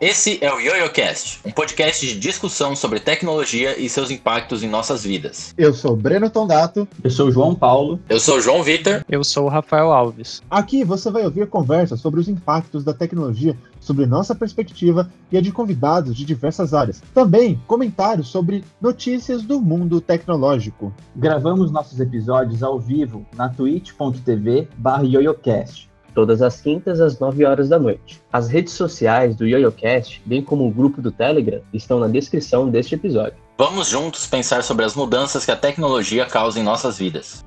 Esse é o YoYoCast, um podcast de discussão sobre tecnologia e seus impactos em nossas vidas. Eu sou o Breno Tondato. Eu sou o João Paulo. Eu sou o João Vitor. Eu sou o Rafael Alves. Aqui você vai ouvir conversas sobre os impactos da tecnologia, sobre nossa perspectiva e a de convidados de diversas áreas. Também comentários sobre notícias do mundo tecnológico. Gravamos nossos episódios ao vivo na twitch.tv/YoYoCast. Todas as quintas às 9 horas da noite. As redes sociais do YoYoCast, bem como o grupo do Telegram, estão na descrição deste episódio. Vamos juntos pensar sobre as mudanças que a tecnologia causa em nossas vidas.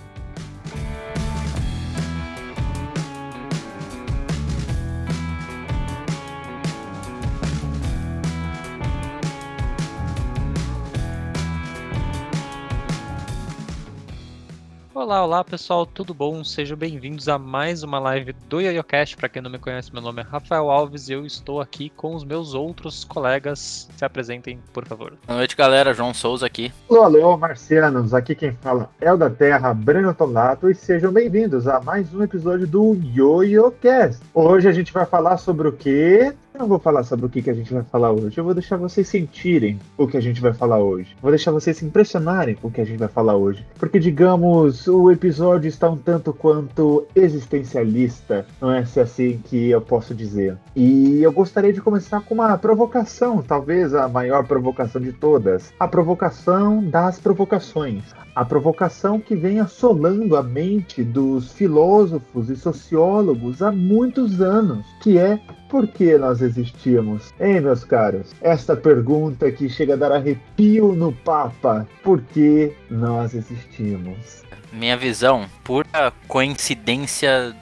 Olá pessoal, tudo bom? Sejam bem-vindos a mais uma live do YoYoCast. Para quem não me conhece, meu nome é Rafael Alves e eu estou aqui com os meus outros colegas. Se apresentem, por favor. Boa noite, galera. João Souza aqui. Alô, marcianos. Aqui quem fala é o da Terra, Breno Tondato, e sejam bem-vindos a mais um episódio do YoYoCast. Hoje a gente vai falar sobre o quê? Eu não vou falar sobre o que a gente vai falar hoje. Eu vou deixar vocês sentirem o que a gente vai falar hoje. Vou deixar vocês se impressionarem com o que a gente vai falar hoje. Porque, digamos, o episódio está um tanto quanto existencialista. Não é assim que eu posso dizer. E eu gostaria de começar com uma provocação. Talvez a maior provocação de todas. A provocação das provocações. A provocação que vem assolando a mente dos filósofos e sociólogos há muitos anos. Que é: por que nós existimos? Hein, meus caros? Esta pergunta que chega a dar arrepio no Papa. Por que nós existimos? Minha visão, pura coincidência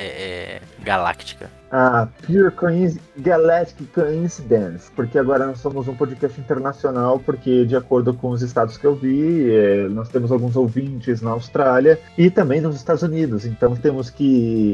galáctica. Pure Galactic Coincidence, porque agora nós somos um podcast internacional, porque de acordo com os estados que eu vi, nós temos alguns ouvintes na Austrália e também nos Estados Unidos, então temos que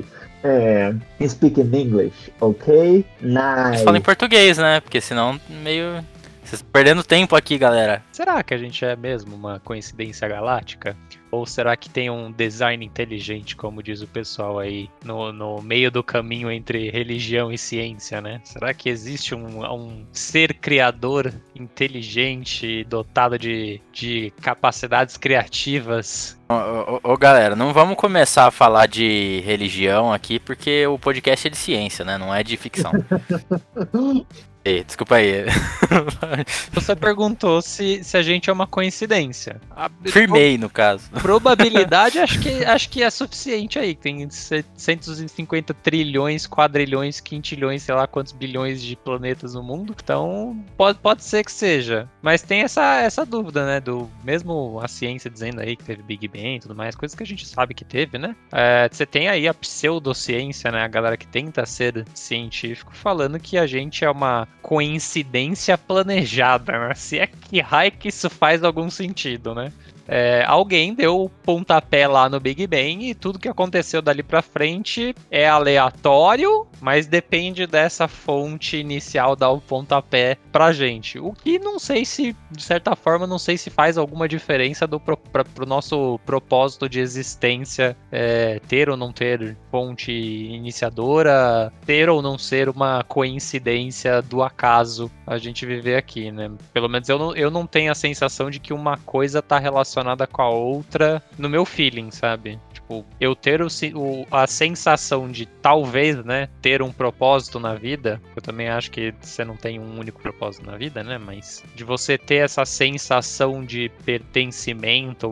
speak in English, ok? Nice. Fala em português, né? Porque senão meio... Vocês estão perdendo tempo aqui, galera. Será que a gente é mesmo uma coincidência galáctica? Ou será que tem um design inteligente, como diz o pessoal aí, no meio do caminho entre religião e ciência, né? Será que existe um ser criador inteligente, dotado de capacidades criativas? Galera, não vamos começar a falar de religião aqui, porque o podcast é de ciência, né? Não é de ficção. Desculpa aí. Você perguntou se a gente é uma coincidência. Firmei, no caso. Probabilidade acho que é suficiente aí. Tem 750 trilhões, quadrilhões, quintilhões, sei lá quantos bilhões de planetas no mundo. Então, pode ser que seja. Mas tem essa dúvida, né? Mesmo a ciência dizendo aí que teve Big Bang e tudo mais, coisas que a gente sabe que teve, né? Você tem aí a pseudociência, né? A galera que tenta ser científico falando que a gente é uma coincidência planejada, né? Se é que raio que isso faz algum sentido, né? Alguém deu o pontapé lá no Big Bang e tudo que aconteceu dali pra frente é aleatório, mas depende dessa fonte inicial dar o pontapé pra gente. O que não sei se, de certa forma, não sei se faz alguma diferença pro nosso propósito de existência, ter ou não ter fonte iniciadora, ter ou não ser uma coincidência do acaso a gente viver aqui, né? Pelo menos eu não tenho a sensação de que uma coisa tá relacionada com a outra no meu feeling, sabe? Tipo, eu ter a sensação de talvez, né, ter um propósito na vida. Eu também acho que você não tem um único propósito na vida, né? Mas de você ter essa sensação de pertencimento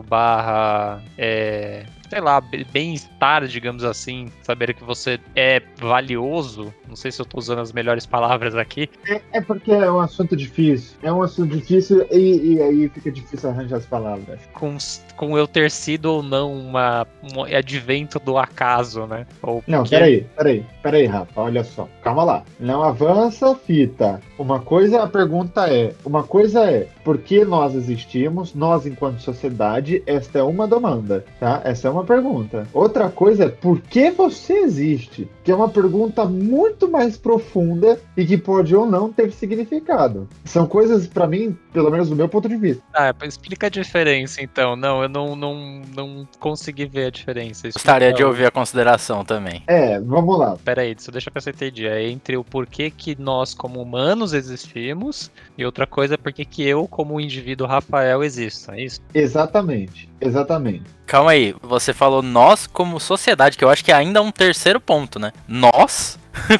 sei lá, bem-estar, digamos assim, saber que você é valioso. Não sei se eu tô usando as melhores palavras aqui. É porque é um assunto difícil. É um assunto difícil e aí fica difícil arranjar as palavras. Com eu ter sido ou não um advento do acaso, né? Não, peraí, Rafa, olha só. Calma lá. Não avança, fita. Uma coisa é, por que nós existimos, nós enquanto sociedade, esta é uma demanda, tá? Essa é uma pergunta. Outra coisa é por que você existe? Que é uma pergunta muito mais profunda e que pode ou não ter significado. São coisas, pra mim, pelo menos do meu ponto de vista. Explica a diferença, então. Não, eu não consegui ver a diferença. Gostaria de ouvir a consideração também. Vamos lá. Pera aí, deixa eu ver se eu entendi. É entre o porquê que nós, como humanos, existimos e outra coisa é porque que eu, como indivíduo Rafael, existo. É isso? Exatamente. Calma aí, você falou nós como sociedade, que eu acho que é ainda um terceiro ponto, né? Nós,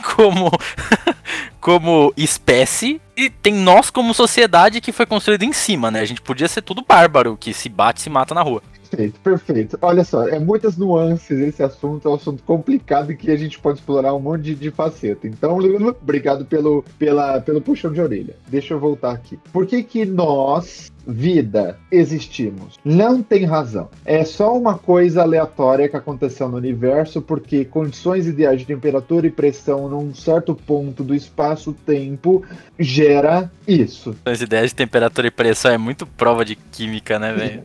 como espécie, e tem nós como sociedade que foi construída em cima, né? A gente podia ser tudo bárbaro, que se bate e se mata na rua. Perfeito. Olha só, é muitas nuances esse assunto, é um assunto complicado e que a gente pode explorar um monte de faceta. Então, obrigado pelo puxão de orelha. Deixa eu voltar aqui. Por que nós, vida, existimos? Não tem razão. É só uma coisa aleatória que aconteceu no universo porque condições ideais de temperatura e pressão num certo ponto do espaço-tempo gera isso. As ideias de temperatura e pressão é muito prova de química, né, velho?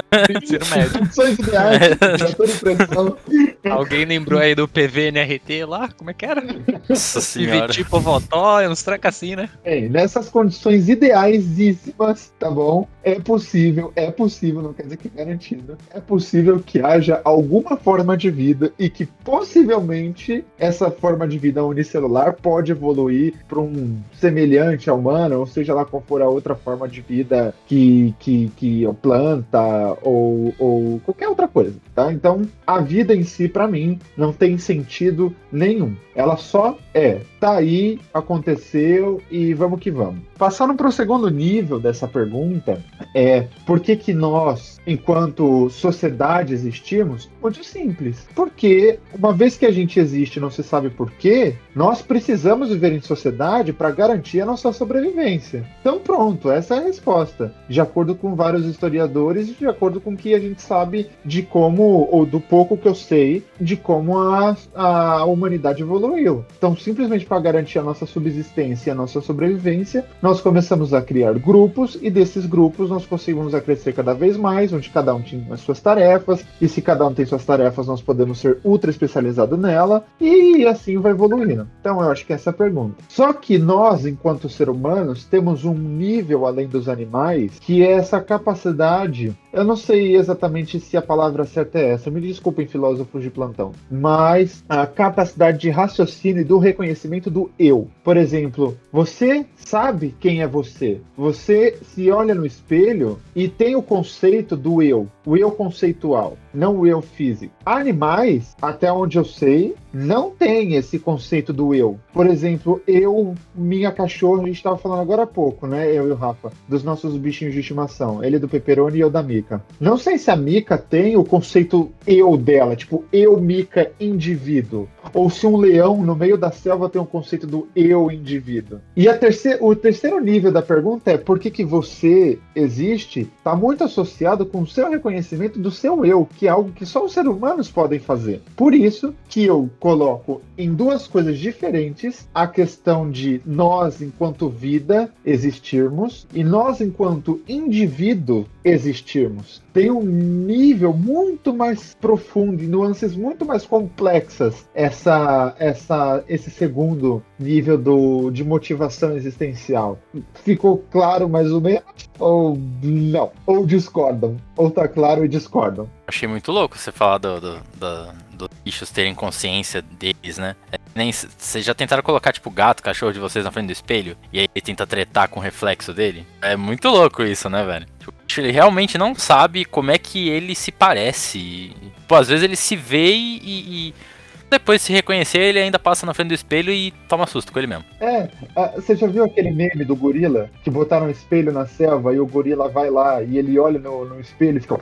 Condições ideais de temperatura e pressão. Alguém lembrou aí do PVNRT lá? Como é que era? Nossa senhora. Tipo Votó, uns traca assim, né? Nessas condições ideaisíssimas, tá bom? É possível, não quer dizer que é garantido. É possível que haja alguma forma de vida e que possivelmente essa forma de vida unicelular pode evoluir para um semelhante ao humano, ou seja lá qual for a outra forma de vida que planta ou qualquer outra coisa, tá? Então, a vida em si, para mim, não tem sentido nenhum. Ela só tá aí, aconteceu e vamos que vamos. Passando para o segundo nível dessa pergunta, por que nós, enquanto sociedade, existimos? Muito simples. Porque uma vez que a gente existe e não se sabe por quê, nós precisamos viver em sociedade para garantir a nossa sobrevivência. Então pronto, essa é a resposta. De acordo com vários historiadores e de acordo com o que a gente sabe de como, ou do pouco que eu sei, de como a humanidade evoluiu. Então, simplesmente para garantir a nossa subsistência e a nossa sobrevivência, nós começamos a criar grupos e desses grupos nós conseguimos a crescer cada vez mais, onde cada um tinha as suas tarefas, e se cada um tem suas tarefas, nós podemos ser ultra especializados nela, e assim vai evoluindo. Então, eu acho que essa é a pergunta. Só que nós, enquanto seres humanos, temos um nível além dos animais, que é essa capacidade. Eu não sei exatamente se a palavra certa é essa, me desculpem, filósofos de plantão, mas a capacidade de raciocínio e do reconhecimento do eu. Por exemplo, você sabe quem é você. Você se olha no espelho e tem o conceito do eu, o eu conceitual, não o eu físico. Animais, até onde eu sei, não tem esse conceito do eu. Por exemplo, minha cachorra, a gente estava falando agora há pouco, né? Eu e o Rafa, dos nossos bichinhos de estimação. Ele do Pepperoni e eu da Mika. Não sei se a Mika tem o conceito eu dela, tipo, eu, Mika, indivíduo. Ou se um leão no meio da selva tem o conceito do eu, indivíduo. E o terceiro nível da pergunta é por que você existe? Está muito associado com o seu reconhecimento do seu eu, que é algo que só os seres humanos podem fazer. Por isso que eu coloco em duas coisas diferentes a questão de nós, enquanto vida, existirmos e nós, enquanto indivíduo, existirmos. Tem um nível muito mais profundo e nuances muito mais complexas esse segundo nível de motivação existencial. Ficou claro mais ou menos? Ou não? Ou discordam? Ou tá claro e discordam? Achei muito louco você falar dos bichos terem consciência deles, né? Nem vocês já tentaram colocar, tipo, o gato, o cachorro de vocês na frente do espelho e aí tenta tretar com o reflexo dele? É muito louco isso, né, velho? Tipo, ele realmente não sabe como é que ele se parece. Pô, às vezes ele se vê e depois de se reconhecer, ele ainda passa na frente do espelho e toma susto com ele mesmo. Você já viu aquele meme do gorila? Que botaram um espelho na selva e o gorila vai lá e ele olha no espelho e fica...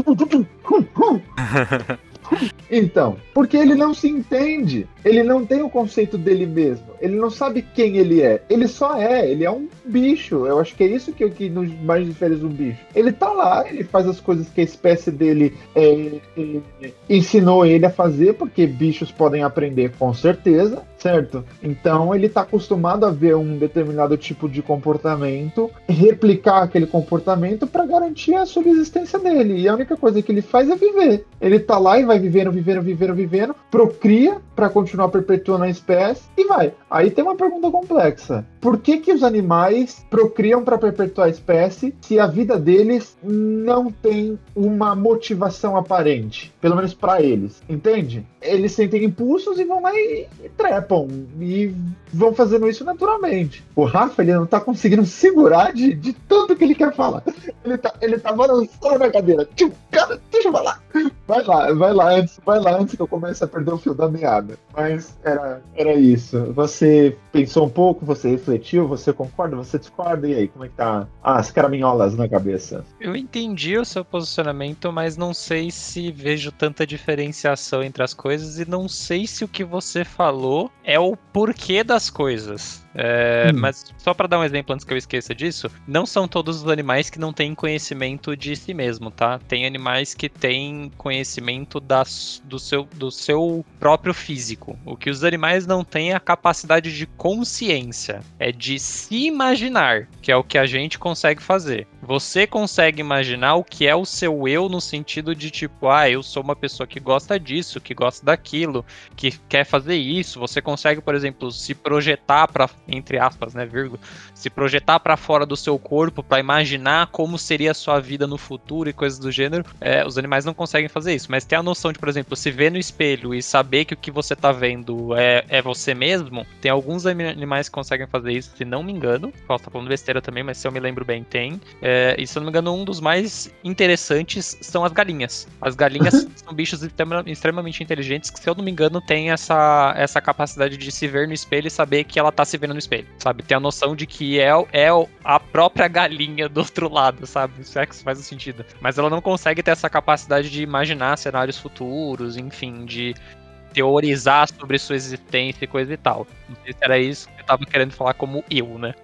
Então, porque ele não se entende, ele não tem o conceito dele mesmo, ele não sabe quem ele é, ele só ele é um bicho. Eu acho que é isso que nos mais difere de um bicho. Ele tá lá, ele faz as coisas que a espécie dele ensinou ele a fazer, porque bichos podem aprender com certeza, certo? Então ele está acostumado a ver um determinado tipo de comportamento, replicar aquele comportamento para garantir a subsistência dele. E a única coisa que ele faz é viver. Ele tá lá e vai vivendo, procria para continuar perpetuando a espécie e vai. Aí tem uma pergunta complexa. Por que os animais procriam para perpetuar a espécie se a vida deles não tem uma motivação aparente? Pelo menos para eles, entende? Eles sentem impulsos e vão lá e trepam. E vão fazendo isso naturalmente. O Rafa, ele não tá conseguindo segurar de tanto que ele quer falar. Ele tá balançando na cadeira. Tipo, cara, deixa eu falar. Vai lá antes que eu comece a perder o fio da meada. Mas era isso. Você pensou um pouco, você refletiu, você concorda, você discorda? E aí, como é que tá as caraminholas na cabeça? Eu entendi o seu posicionamento, mas não sei se vejo tanta diferenciação entre as coisas e não sei se o que você falou é o porquê das coisas. Mas só para dar um exemplo antes que eu esqueça disso, não são todos os animais que não têm conhecimento de si mesmo, tá? Tem animais que têm conhecimento do seu próprio físico. O que os animais não têm é a capacidade de consciência, é de se imaginar, que é o que a gente consegue fazer. Você consegue imaginar o que é o seu eu no sentido de tipo, eu sou uma pessoa que gosta disso, que gosta daquilo, que quer fazer isso. Você consegue, por exemplo, se projetar para, entre aspas, né, vírgula, se projetar para fora do seu corpo para imaginar como seria a sua vida no futuro e coisas do gênero. Os animais não conseguem fazer isso, mas ter a noção de, por exemplo, se ver no espelho e saber que o que você tá vendo é você mesmo. Tem alguns animais que conseguem fazer isso, se não me engano. Posso estar falando besteira também, mas se eu me lembro bem, tem. E se eu não me engano, um dos mais interessantes são as galinhas. As galinhas são bichos extremamente inteligentes que, se eu não me engano, têm essa capacidade de se ver no espelho e saber que ela tá se vendo no espelho, sabe? Ter a noção de que é a própria galinha do outro lado, sabe? Isso é que faz sentido. Mas ela não consegue ter essa capacidade de imaginar cenários futuros, enfim, de teorizar sobre sua existência e coisa e tal. Não sei se era isso que eu tava querendo falar como eu, né?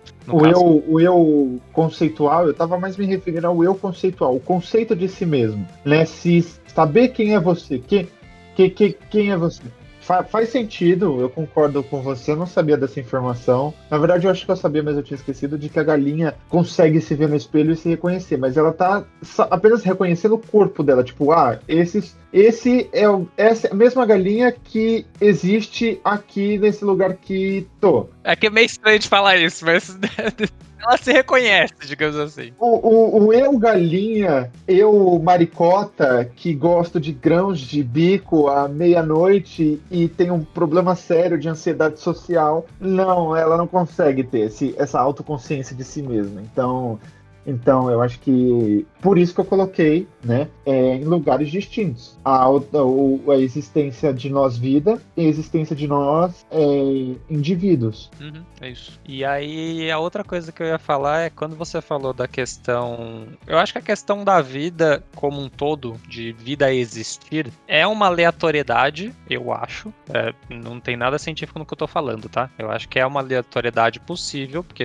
O eu conceitual, eu tava mais me referindo ao eu conceitual, o conceito de si mesmo, né? Se saber quem é você, quem é você. Faz sentido, eu concordo com você, eu não sabia dessa informação. Na verdade, eu acho que eu sabia, mas eu tinha esquecido de que a galinha consegue se ver no espelho e se reconhecer, mas ela tá apenas reconhecendo o corpo dela, tipo, essa é a mesma galinha que existe aqui nesse lugar que tô. É que é meio estranho de falar isso, mas ela se reconhece, digamos assim. O eu galinha, eu maricota, que gosto de grãos de bico à meia-noite e tem um problema sério de ansiedade social, não, ela não consegue ter essa autoconsciência de si mesma. Então, eu acho que por isso que eu coloquei, né, em lugares distintos. A existência de nós vida e a existência de nós indivíduos. É isso. E aí, a outra coisa que eu ia falar é quando você falou da questão... Eu acho que a questão da vida como um todo, de vida existir, é uma aleatoriedade, eu acho. Não tem nada científico no que eu tô falando, tá? Eu acho que é uma aleatoriedade possível, porque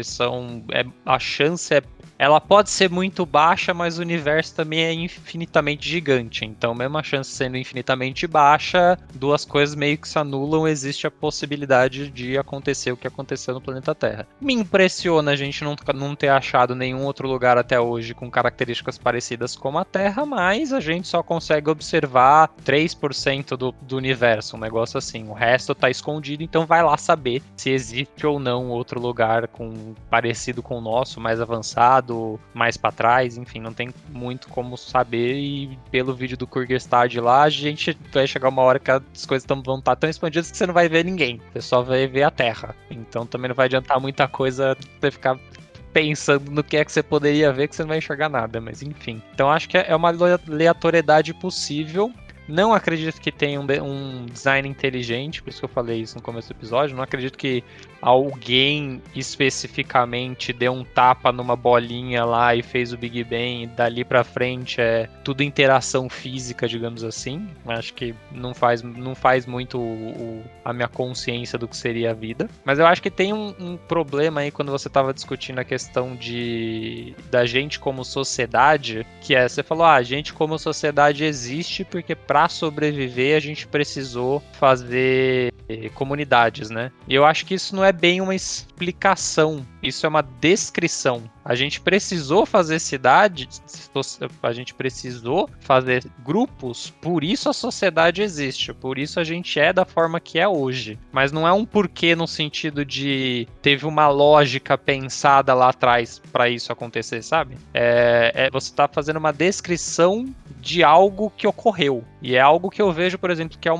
a chance ela pode ser muito baixa, mas o universo também é infinitamente gigante. Então, mesmo a chance sendo infinitamente baixa, duas coisas meio que se anulam. Existe a possibilidade de acontecer o que aconteceu no planeta Terra. Me impressiona a gente não ter achado nenhum outro lugar até hoje com características parecidas com a Terra, mas a gente só consegue observar 3% do universo, um negócio assim. O resto tá escondido, então vai lá saber se existe ou não outro lugar parecido com o nosso, mais avançado, mais pra trás, enfim, não tem muito como saber. E pelo vídeo do Kyrgyzstan lá, a gente vai chegar uma hora que as coisas vão estar tão expandidas que você não vai ver ninguém, você só vai ver a Terra. Então também não vai adiantar muita coisa você ficar pensando no que é que você poderia ver, que você não vai enxergar nada, mas enfim. Então acho que é uma aleatoriedade possível. Não acredito que tenha um design inteligente, por isso que eu falei isso no começo do episódio. Não acredito que alguém especificamente deu um tapa numa bolinha lá e fez o Big Bang, e dali pra frente é tudo interação física, digamos assim. Acho que não faz muito a minha consciência do que seria a vida. Mas eu acho que tem um problema aí quando você tava discutindo a questão da gente como sociedade, que você falou, a gente como sociedade existe porque para sobreviver a gente precisou fazer comunidades, né? E eu acho que isso não é bem uma explicação, isso é uma descrição. A gente precisou fazer cidades, a gente precisou fazer grupos, por isso a sociedade existe, por isso a gente é da forma que é hoje. Mas não é um porquê no sentido de teve uma lógica pensada lá atrás para isso acontecer, sabe? Você tá fazendo uma descrição de algo que ocorreu. E é algo que eu vejo, por exemplo, que é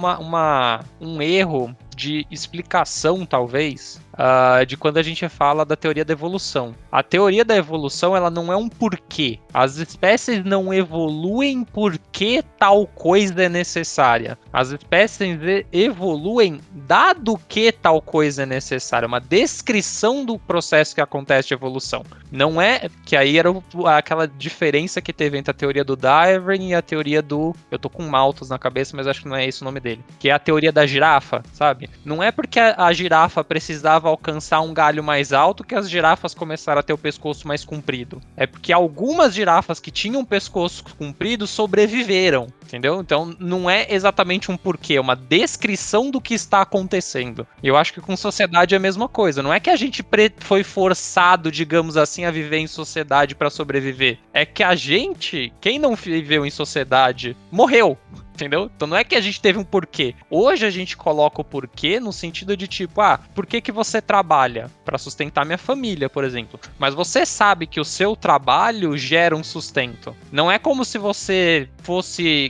um erro de explicação, talvez, de quando a gente fala da teoria da evolução. A teoria da evolução, ela não é um porquê. As espécies não evoluem porque tal coisa é necessária. As espécies evoluem dado que tal coisa é necessária. Uma descrição do processo que acontece de evolução. Não é que aí era aquela diferença que teve entre a teoria do Darwin e a teoria do... Eu tô com Malthus na cabeça, mas acho que não é esse o nome dele. Que é a teoria da girafa, sabe? Não é porque a girafa precisava alcançar um galho mais alto que as girafas começaram a ter o pescoço mais comprido. É porque algumas girafas que tinham um pescoço comprido sobreviveram, entendeu? Então não é exatamente um porquê, é uma descrição do que está acontecendo. E eu acho que com sociedade é a mesma coisa. Não é que a gente foi forçado, digamos assim, a viver em sociedade para sobreviver. É que a gente, quem não viveu em sociedade, morreu. Entendeu? Então não é que a gente teve um porquê. Hoje a gente coloca o porquê no sentido de tipo, por que você trabalha? Pra sustentar minha família, por exemplo. Mas você sabe que o seu trabalho gera um sustento. Não é como se você fosse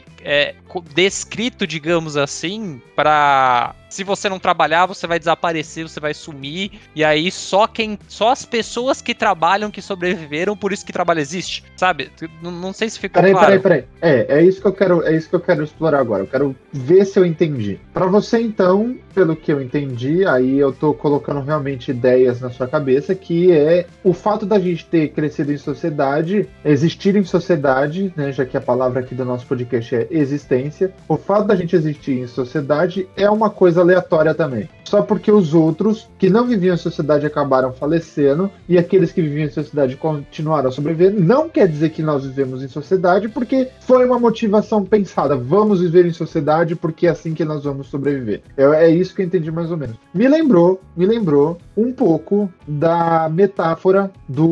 descrito, digamos assim, pra... Se você não trabalhar, você vai desaparecer, você vai sumir, e aí só as pessoas que trabalham que sobreviveram, por isso que trabalho existe, sabe? Não sei se ficou claro. Peraí. É isso que eu quero explorar agora. Eu quero ver se eu entendi. Pra você, então, pelo que eu entendi, aí eu tô colocando realmente ideias na sua cabeça, que é o fato da gente ter crescido em sociedade, existir em sociedade, né, já que a palavra aqui do nosso podcast é existência, o fato da gente existir em sociedade é uma coisa aleatória também. Só porque os outros que não viviam em sociedade acabaram falecendo e aqueles que viviam em sociedade continuaram a sobreviver, não quer dizer que nós vivemos em sociedade, porque foi uma motivação pensada. Vamos viver em sociedade porque é assim que nós vamos sobreviver. É isso que eu entendi mais ou menos. Me lembrou um pouco da metáfora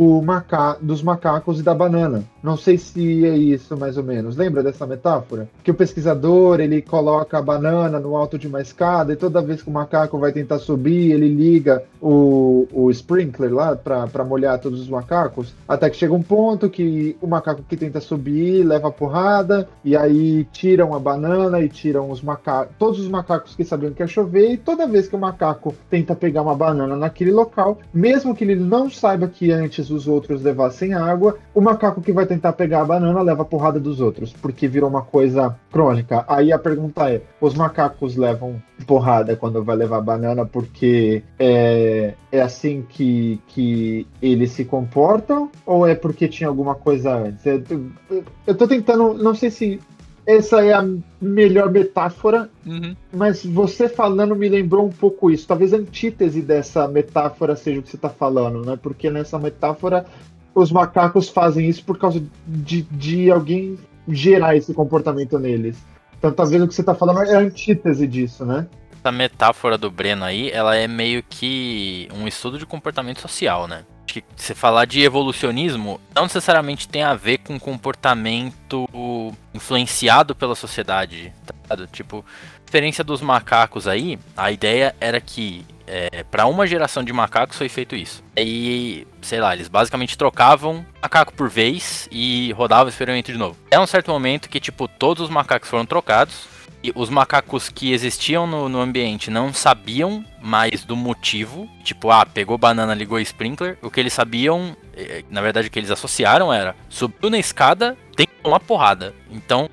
dos macacos e da banana. Não sei se é isso mais ou menos. Lembra dessa metáfora? Que o pesquisador, ele coloca a banana no alto de uma escada e toda vez que o macaco vai tentar subir, ele liga o sprinkler lá para molhar todos os macacos, até que chega um ponto que o macaco que tenta subir leva a porrada, e aí tiram a banana e tiram todos os macacos que sabiam que ia chover, e toda vez que o macaco tenta pegar uma banana naquele local, mesmo que ele não saiba que antes os outros levassem água, o macaco que vai tentar pegar a banana leva a porrada dos outros, porque virou uma coisa crônica. Aí a pergunta é, os macacos levam porrada quando vai levar banana porque é assim que eles se comportam, ou é porque tinha alguma coisa antes? Eu tô tentando, não sei se essa é a melhor metáfora, mas você falando me lembrou um pouco isso. Talvez a antítese dessa metáfora seja o que você tá falando, né? Porque nessa metáfora os macacos fazem isso por causa de alguém gerar esse comportamento neles. Então talvez o que você tá falando é a antítese disso, né? Essa metáfora do Breno aí, ela é meio que um estudo de comportamento social, né? Acho que se falar de evolucionismo, não necessariamente tem a ver com comportamento influenciado pela sociedade, tá ligado? Tipo, a diferença dos macacos aí, a ideia era que para uma geração de macacos foi feito isso. Aí, sei lá, eles basicamente trocavam macaco por vez e rodavam o experimento de novo. É um certo momento que, tipo, todos os macacos foram trocados, e os macacos que existiam no ambiente não sabiam mais do motivo. Tipo, pegou banana, ligou sprinkler. O que eles sabiam, na verdade o que eles associaram era, subiu na escada, tem que tomar porrada. Então,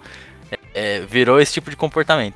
virou esse tipo de comportamento.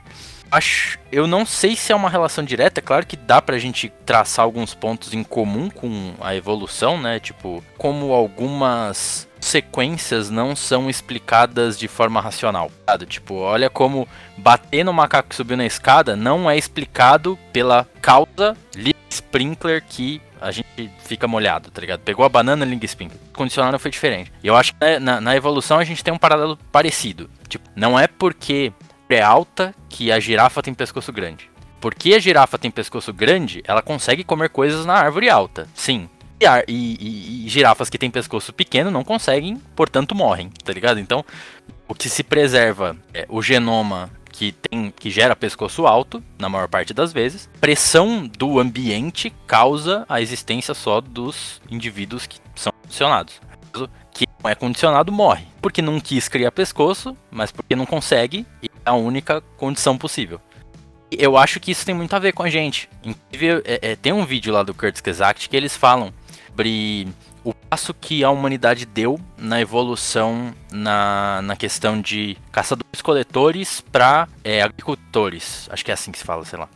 Eu não sei se é uma relação direta, é claro que dá pra gente traçar alguns pontos em comum com a evolução, né? Tipo, como algumas sequências não são explicadas de forma racional. Tipo, olha como bater no macaco que subiu na escada não é explicado pela causa sprinkler que a gente fica molhado, tá ligado? Pegou a banana, liga sprinkler. O condicionado foi diferente. E eu acho que na evolução a gente tem um paralelo parecido. Tipo, não é porque é alta que a girafa tem pescoço grande. Porque a girafa tem pescoço grande, ela consegue comer coisas na árvore alta. Sim. E girafas que têm pescoço pequeno não conseguem, portanto morrem, tá ligado? Então, o que se preserva é o genoma que gera pescoço alto, na maior parte das vezes. Pressão do ambiente causa a existência só dos indivíduos que são condicionados. Que não é condicionado morre, porque não quis criar pescoço, mas porque não consegue, e é a única condição possível. E eu acho que isso tem muito a ver com a gente. Inclusive, tem um vídeo lá do Kurtz Gesagt que eles falam sobre o passo que a humanidade deu na evolução na questão de caçadores-coletores para agricultores. Acho que é assim que se fala, sei lá.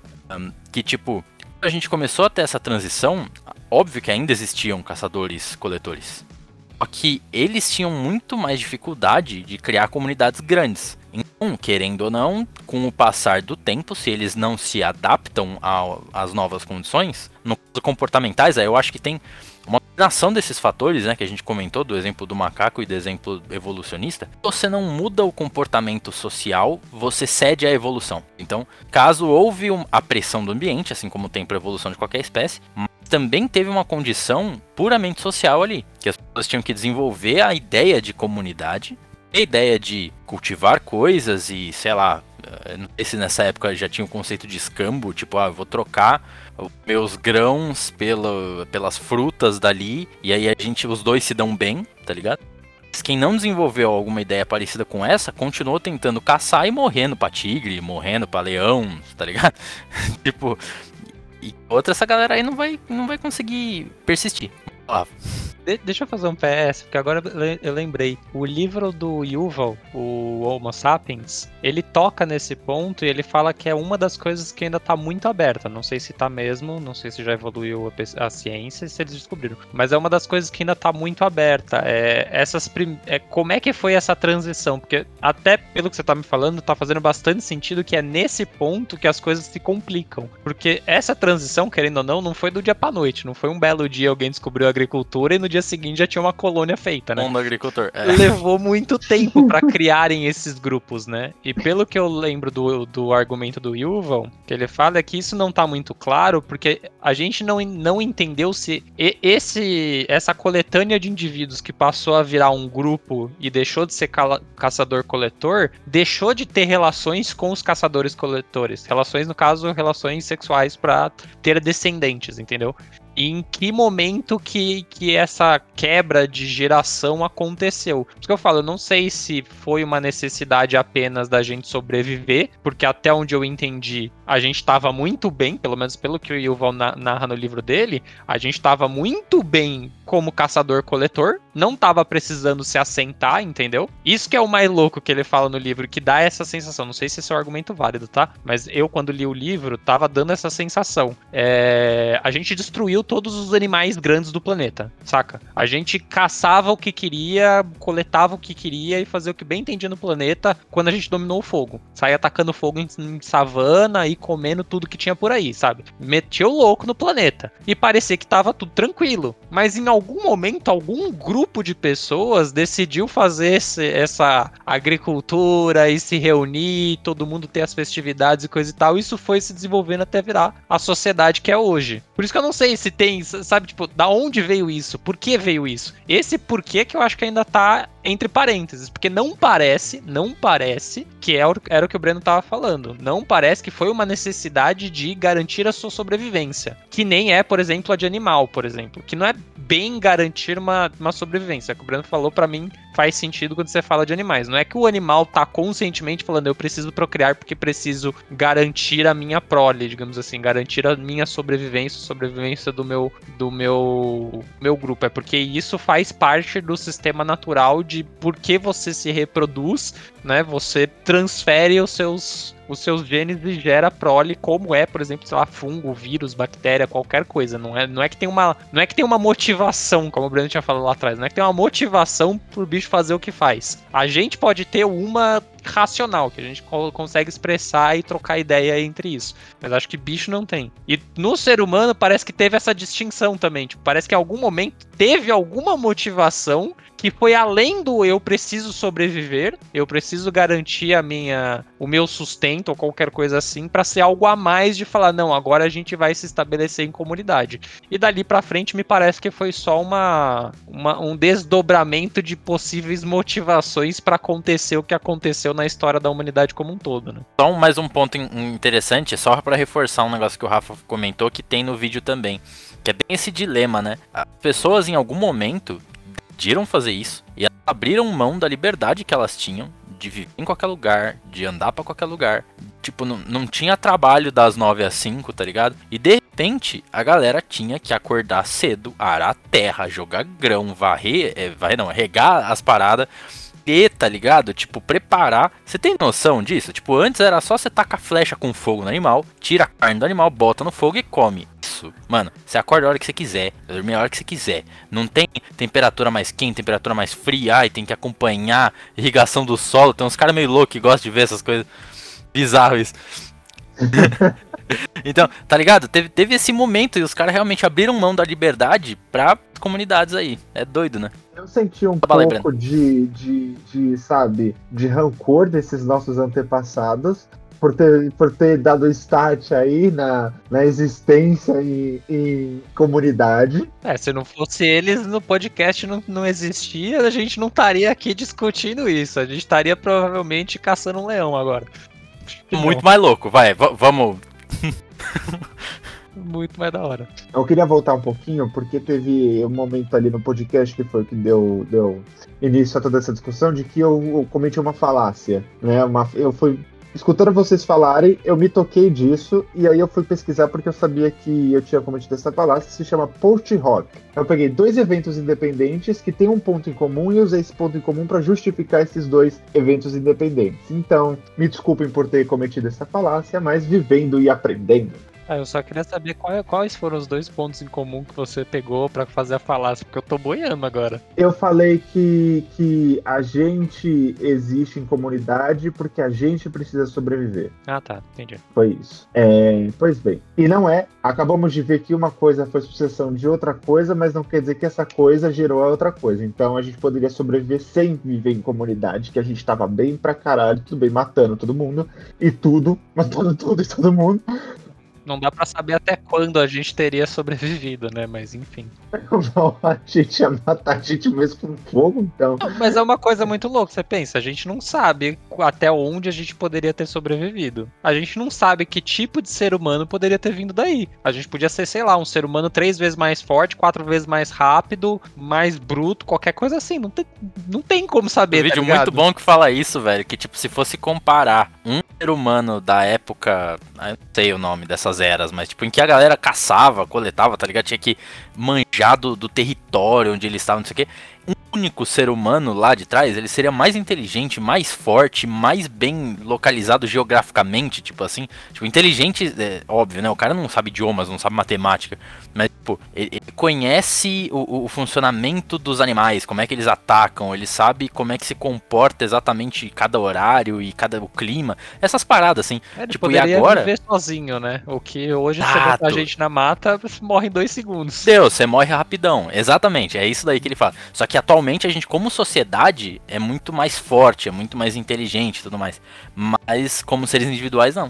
Que tipo, quando a gente começou a ter essa transição, óbvio que ainda existiam caçadores-coletores. Só que eles tinham muito mais dificuldade de criar comunidades grandes. Então, querendo ou não, com o passar do tempo, se eles não se adaptam às novas condições, no caso comportamentais, eu acho que tem uma combinação desses fatores, né, que a gente comentou, do exemplo do macaco e do exemplo evolucionista. Você não muda o comportamento social, você cede à evolução. Então, caso houve a pressão do ambiente, assim como tem para a evolução de qualquer espécie, também teve uma condição puramente social ali, que as pessoas tinham que desenvolver a ideia de comunidade, a ideia de cultivar coisas e, sei lá, não sei se nessa época já tinha o conceito de escambo, tipo, eu vou trocar os meus grãos pelas frutas dali, e aí os dois se dão bem, tá ligado? Mas quem não desenvolveu alguma ideia parecida com essa, continuou tentando caçar e morrendo pra tigre, morrendo pra leão, tá ligado? Tipo... E outra, essa galera aí não vai conseguir persistir. Deixa eu fazer um PS, porque agora eu lembrei. O livro do Yuval, o Homo Sapiens, ele toca nesse ponto e ele fala que é uma das coisas que ainda tá muito aberta. Não sei se tá mesmo, não sei se já evoluiu a ciência e se eles descobriram. Mas é uma das coisas que ainda tá muito aberta. Como é que foi essa transição? Porque até pelo que você tá me falando, tá fazendo bastante sentido que é nesse ponto que as coisas se complicam. Porque essa transição, querendo ou não foi do dia pra noite. Não foi um belo dia alguém descobriu a agricultura e no dia seguinte já tinha uma colônia feita, né? Mundo agricultor. Levou muito tempo pra criarem esses grupos, né? E pelo que eu lembro do argumento do Yuval, que ele fala é que isso não tá muito claro, porque a gente não entendeu se essa coletânea de indivíduos que passou a virar um grupo e deixou de ser caçador-coletor, deixou de ter relações com os caçadores-coletores. Relações, no caso, relações sexuais pra ter descendentes, entendeu? E em que momento que essa quebra de geração aconteceu. Por isso que eu falo, eu não sei se foi uma necessidade apenas da gente sobreviver, porque até onde eu entendi, a gente estava muito bem, pelo menos pelo que o Yuval narra no livro dele, a gente estava muito bem como caçador-coletor, não estava precisando se assentar, entendeu? Isso que é o mais louco que ele fala no livro, que dá essa sensação. Não sei se esse é um argumento válido, tá? Mas eu, quando li o livro, tava dando essa sensação. A gente destruiu todos os animais grandes do planeta, saca? A gente caçava o que queria, coletava o que queria e fazia o que bem entendia no planeta quando a gente dominou o fogo. Saía atacando fogo em savana e comendo tudo que tinha por aí, sabe? Metia o louco no planeta. E parecia que tava tudo tranquilo. Mas em algum momento, algum grupo de pessoas decidiu fazer essa agricultura e se reunir, todo mundo ter as festividades e coisa e tal. Isso foi se desenvolvendo até virar a sociedade que é hoje. Por isso que eu não sei se tem, sabe, tipo, da onde veio isso? Por que veio isso? Esse porquê que eu acho que ainda tá entre parênteses, porque não parece que era o que o Breno tava falando. Não parece que foi uma necessidade de garantir a sua sobrevivência. Que nem é, por exemplo, a de animal, por exemplo. Que não é bem garantir uma sobrevivência. O que o Breno falou, pra mim, faz sentido quando você fala de animais. Não é que o animal tá conscientemente falando, eu preciso procriar porque preciso garantir a minha prole, digamos assim, garantir a minha sobrevivência, a sobrevivência do meu grupo. É porque isso faz parte do sistema natural de por que você se reproduz, né? Você transfere os seus genes e gera prole, como é, por exemplo, sei lá, fungo, vírus, bactéria, qualquer coisa. Não é que tem uma motivação, como o Breno tinha falado lá atrás, não é que tem uma motivação pro bicho fazer o que faz. A gente pode ter uma racional, que a gente consegue expressar e trocar ideia entre isso. Mas acho que bicho não tem. E no ser humano parece que teve essa distinção também. Tipo, parece que em algum momento teve alguma motivação que foi além do eu preciso sobreviver, eu preciso garantir o meu sustento ou qualquer coisa assim, pra ser algo a mais de falar, não, agora a gente vai se estabelecer em comunidade. E dali pra frente me parece que foi só um desdobramento de possíveis motivações pra acontecer o que aconteceu na história da humanidade como um todo, né? Só mais um ponto interessante, só pra reforçar um negócio que o Rafa comentou, que tem no vídeo também, que é bem esse dilema, né? As pessoas em algum momento decidiram fazer isso e elas abriram mão da liberdade que elas tinham de viver em qualquer lugar, de andar pra qualquer lugar. Tipo, não tinha trabalho das 9 às 5, tá ligado? E de repente, a galera tinha que acordar cedo, arar a terra, jogar grão, regar as paradas, e, tá ligado? Tipo, preparar. Você tem noção disso? Tipo, antes era só você tacar flecha com fogo no animal, tira a carne do animal, bota no fogo e come. Isso, mano, você acorda a hora que você quiser, dorme a hora que você quiser. Não tem temperatura mais quente, temperatura mais fria, ai, tem que acompanhar irrigação do solo. Tem uns caras meio loucos que gostam de ver essas coisas. Bizarro isso. Então, tá ligado? Teve esse momento e os caras realmente abriram mão da liberdade pra comunidades aí. É doido, né? Eu senti um pouco de, sabe, de rancor desses nossos antepassados por ter dado start aí na existência em comunidade. Se não fosse eles, no podcast não existia, a gente não estaria aqui discutindo isso. A gente estaria provavelmente caçando um leão agora. Muito mais louco, vai, vamos... Muito mais da hora. Eu queria voltar um pouquinho, porque teve um momento ali no podcast que foi que deu início a toda essa discussão, de que eu cometi uma falácia, né? Eu fui escutando vocês falarem, eu me toquei disso, e aí eu fui pesquisar porque eu sabia que eu tinha cometido essa falácia, se chama post-rock. Eu peguei 2 eventos independentes que têm um ponto em comum e usei esse ponto em comum para justificar esses 2 eventos independentes. Então, me desculpem por ter cometido essa falácia, mas vivendo e aprendendo. Eu só queria saber quais foram os 2 pontos em comum que você pegou pra fazer a falácia, porque eu tô boiando agora. Eu falei que a gente existe em comunidade porque a gente precisa sobreviver. Ah, tá, entendi. Foi isso. Pois bem. E não é. Acabamos de ver que uma coisa foi sucessão de outra coisa, mas não quer dizer que essa coisa gerou a outra coisa. Então a gente poderia sobreviver sem viver em comunidade, que a gente tava bem pra caralho, tudo bem, matando todo mundo e tudo, matando tudo e todo mundo. Não dá pra saber até quando a gente teria sobrevivido, né? Mas enfim. A gente ia matar a gente mesmo com fogo, então. Não, mas é uma coisa muito louca, você pensa, a gente não sabe até onde a gente poderia ter sobrevivido. A gente não sabe que tipo de ser humano poderia ter vindo daí. A gente podia ser, sei lá, um ser humano 3 vezes mais forte, 4 vezes mais rápido, mais bruto, qualquer coisa assim. Não tem como saber, Um vídeo tá ligado? muito bom que fala isso, velho, que tipo, se fosse comparar um ser humano da época, eu não sei o nome dessas eras, mas tipo, em que a galera caçava, coletava, tá ligado? Tinha que manjar do território onde eles estavam, não sei o quê. Um único ser humano lá de trás, ele seria mais inteligente, mais forte, mais bem localizado geograficamente, tipo assim. Tipo, inteligente, óbvio, né? O cara não sabe idiomas, não sabe matemática, mas, tipo, ele conhece o funcionamento dos animais, como é que eles atacam, ele sabe como é que se comporta exatamente cada horário e o clima, essas paradas, assim. Ele tipo, e poderia agora... viver sozinho, né? O que hoje você botar a gente na mata, você morre em 2 segundos. Deus, você morre rapidão. Exatamente, é isso daí que ele fala. Só que atualmente a gente, como sociedade, é muito mais forte, é muito mais inteligente e tudo mais. Mas como seres individuais, não.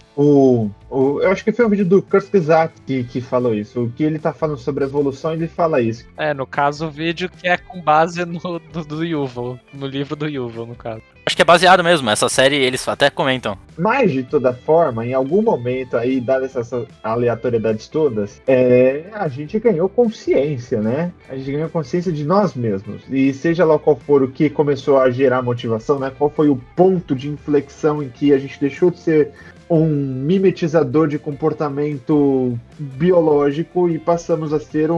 Eu acho que foi um vídeo do Kurt Pisak que falou isso. O que ele tá falando sobre evolução, ele fala isso. No caso, o vídeo que é com base do Yuval, no livro do Yuval, no caso. Acho que é baseado mesmo, essa série eles até comentam. Mas, de toda forma, em algum momento aí, dadas essas aleatoriedades todas, a gente ganhou consciência, né? A gente ganhou consciência de nós mesmos. E seja lá qual for o que começou a gerar motivação, né? Qual foi o ponto de inflexão em que a gente deixou de ser um mimetizador de comportamento biológico e passamos a ser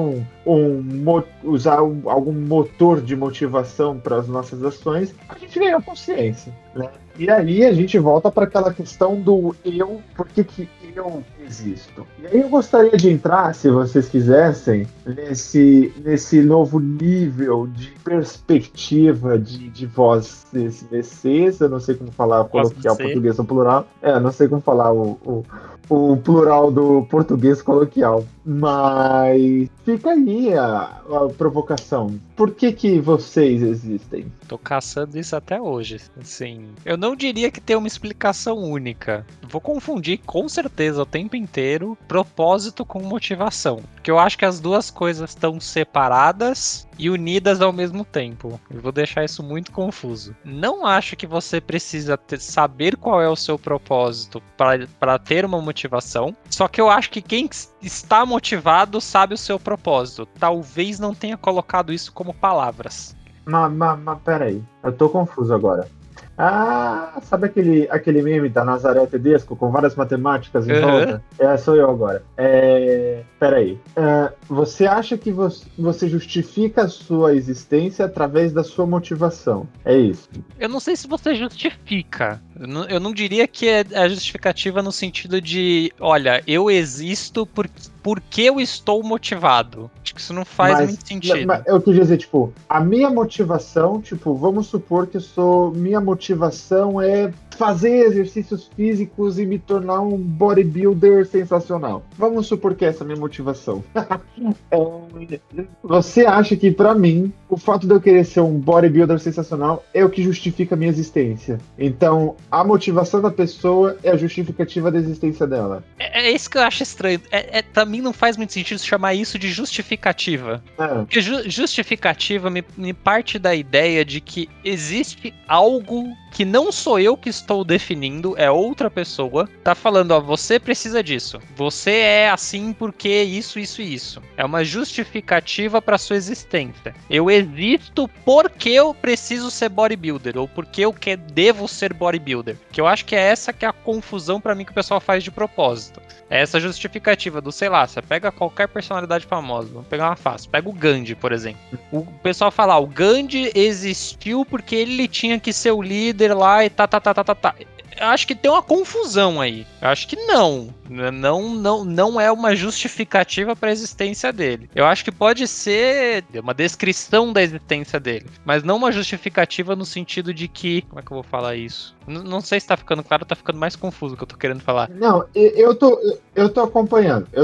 usar algum motor de motivação para as nossas ações, a gente ganhou consciência, né? E aí a gente volta para aquela questão do eu, por que eu existo? E aí eu gostaria de entrar, se vocês quisessem, nesse novo nível de perspectiva de voz vocês, eu não sei como falar, coloquial português no plural, não sei como falar o o plural do português coloquial. Mas fica aí a provocação. Por que vocês existem? Tô caçando isso até hoje. Assim, eu não diria que tem uma explicação única. Vou confundir com certeza o tempo inteiro propósito com motivação. Porque eu acho que as duas coisas estão separadas e unidas ao mesmo tempo. Eu vou deixar isso muito confuso. Não acho que você precisa saber qual é o seu propósito para ter uma motivação. Só que eu acho que quem está motivado sabe o seu propósito. Talvez não tenha colocado isso como palavras. Mas peraí, eu tô confuso agora. Sabe aquele meme da Nazaré Tedesco com várias matemáticas em volta? Sou eu agora. Peraí. Você acha que você justifica a sua existência através da sua motivação? É isso? Eu não sei se você justifica. Eu não diria que é justificativa no sentido de, olha, eu existo porque eu estou motivado. Acho que isso não faz muito sentido. Mas eu queria dizer, tipo, a minha motivação, tipo, vamos supor que minha motivação é fazer exercícios físicos e me tornar um bodybuilder sensacional. Vamos supor que essa é a minha motivação. Você acha que, pra mim, o fato de eu querer ser um bodybuilder sensacional é o que justifica a minha existência? Então, a motivação da pessoa é a justificativa da existência dela. É isso que eu acho estranho. Pra mim não faz muito sentido chamar isso de justificativa. Porque justificativa me parte da ideia de que existe algo que não sou eu que estou definindo, é outra pessoa, tá falando, ó, você precisa disso. Você é assim porque isso, isso e isso. É uma justificativa pra sua existência. Eu existo porque eu preciso ser bodybuilder, ou porque eu devo ser bodybuilder. Que eu acho que é essa que é a confusão pra mim que o pessoal faz de propósito. É essa justificativa do, sei lá, você pega qualquer personalidade famosa, vamos pegar uma fácil, pega o Gandhi, por exemplo. O pessoal fala, o Gandhi existiu porque ele tinha que ser o líder lá e tá. Eu acho que tem uma confusão aí. Eu acho que não é uma justificativa para a existência dele. Eu acho que pode ser uma descrição da existência dele, mas não uma justificativa no sentido de que... Como é que eu vou falar isso? Não sei se tá ficando claro ou tá ficando mais confuso o que eu tô querendo falar. Não, eu tô acompanhando. Eu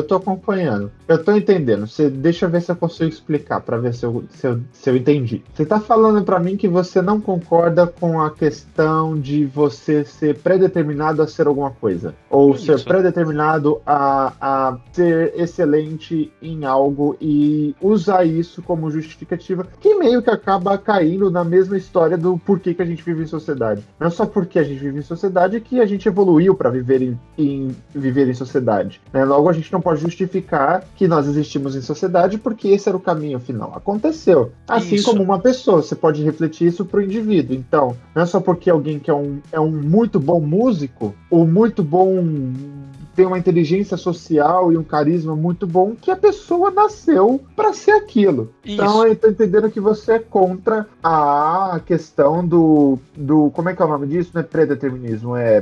tô entendendo. Deixa eu ver se eu consigo explicar, pra ver se eu entendi. Você tá falando pra mim que você não concorda com a questão de você ser predeterminado a ser alguma coisa. Ou ser predeterminado a ser excelente em algo e usar isso como justificativa, que meio que acaba caindo na mesma história do porquê que a gente vive em sociedade. Não só porque a gente vive em sociedade que a gente evoluiu para viver em sociedade. Né? Logo, a gente não pode justificar que nós existimos em sociedade porque esse era o caminho final. Aconteceu. Assim como uma pessoa, você pode refletir isso para o indivíduo. Então, não é só porque alguém que é um muito bom músico ou muito bom, tem uma inteligência social e um carisma muito bom, que a pessoa nasceu para ser aquilo. Isso. Então eu tô entendendo que você é contra a questão do como é que é o nome disso? Não é predeterminismo, é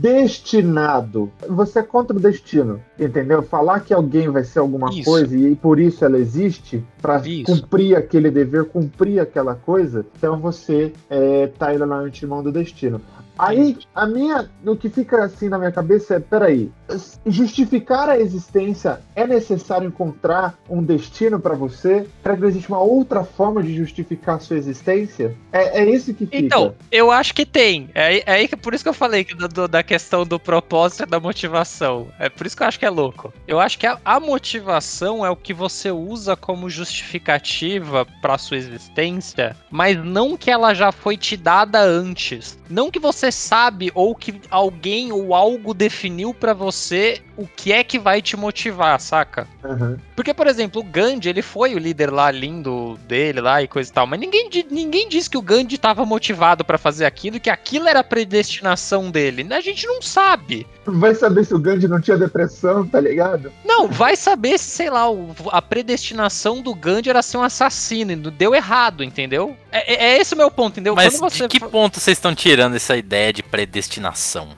destinado. Você é contra o destino, entendeu? Falar que alguém vai ser alguma coisa e por isso ela existe, para cumprir aquele dever, cumprir aquela coisa, então você tá indo na antemão do destino. Aí, o que fica assim na minha cabeça é, peraí, justificar a existência é necessário encontrar um destino para você? Será que não existe uma outra forma de justificar a sua existência? É isso que fica. Então, eu acho que tem. Por isso que eu falei da questão do propósito e da motivação. É por isso que eu acho que é louco. Eu acho que a motivação é o que você usa como justificativa para sua existência, mas não que ela já foi te dada antes. Não que você sabe ou que alguém ou algo definiu pra você o que é que vai te motivar, saca? Uhum. Porque, por exemplo, o Gandhi, ele foi o líder lá lindo dele lá e coisa e tal, mas ninguém disse que o Gandhi tava motivado pra fazer aquilo, que aquilo era a predestinação dele. A gente não sabe. Vai saber se o Gandhi não tinha depressão, tá ligado? Não, vai saber se, sei lá, a predestinação do Gandhi era ser um assassino e deu errado, entendeu? É esse o meu ponto, entendeu? Mas de que ponto vocês estão tirando essa ideia de predestinação?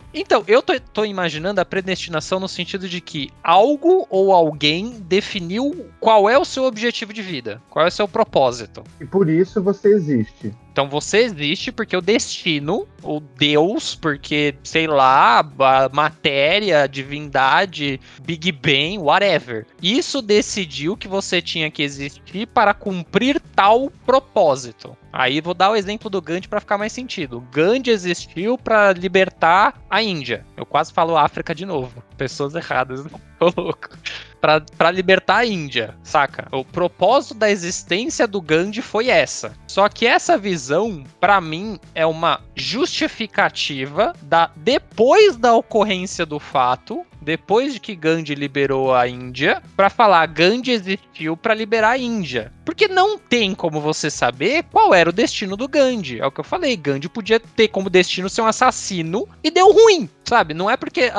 Então, eu tô imaginando a predestinação no sentido de que algo ou alguém definiu qual é o seu objetivo de vida, qual é o seu propósito. E por isso você existe. Então você existe porque o destino, o Deus, porque, sei lá, a matéria, a divindade, Big Bang, whatever. Isso decidiu que você tinha que existir para cumprir tal propósito. Aí vou dar o exemplo do Gandhi para ficar mais sentido. Gandhi existiu para libertar a Índia. Eu quase falo África de novo. Pessoas erradas, tô louco. Pra libertar a Índia, saca? O propósito da existência do Gandhi foi essa. Só que essa visão, pra mim, é uma justificativa depois da ocorrência do fato, depois de que Gandhi liberou a Índia, pra falar Gandhi existiu pra liberar a Índia. Porque não tem como você saber qual era o destino do Gandhi. É o que eu falei, Gandhi podia ter como destino ser um assassino e deu ruim, sabe? Não é porque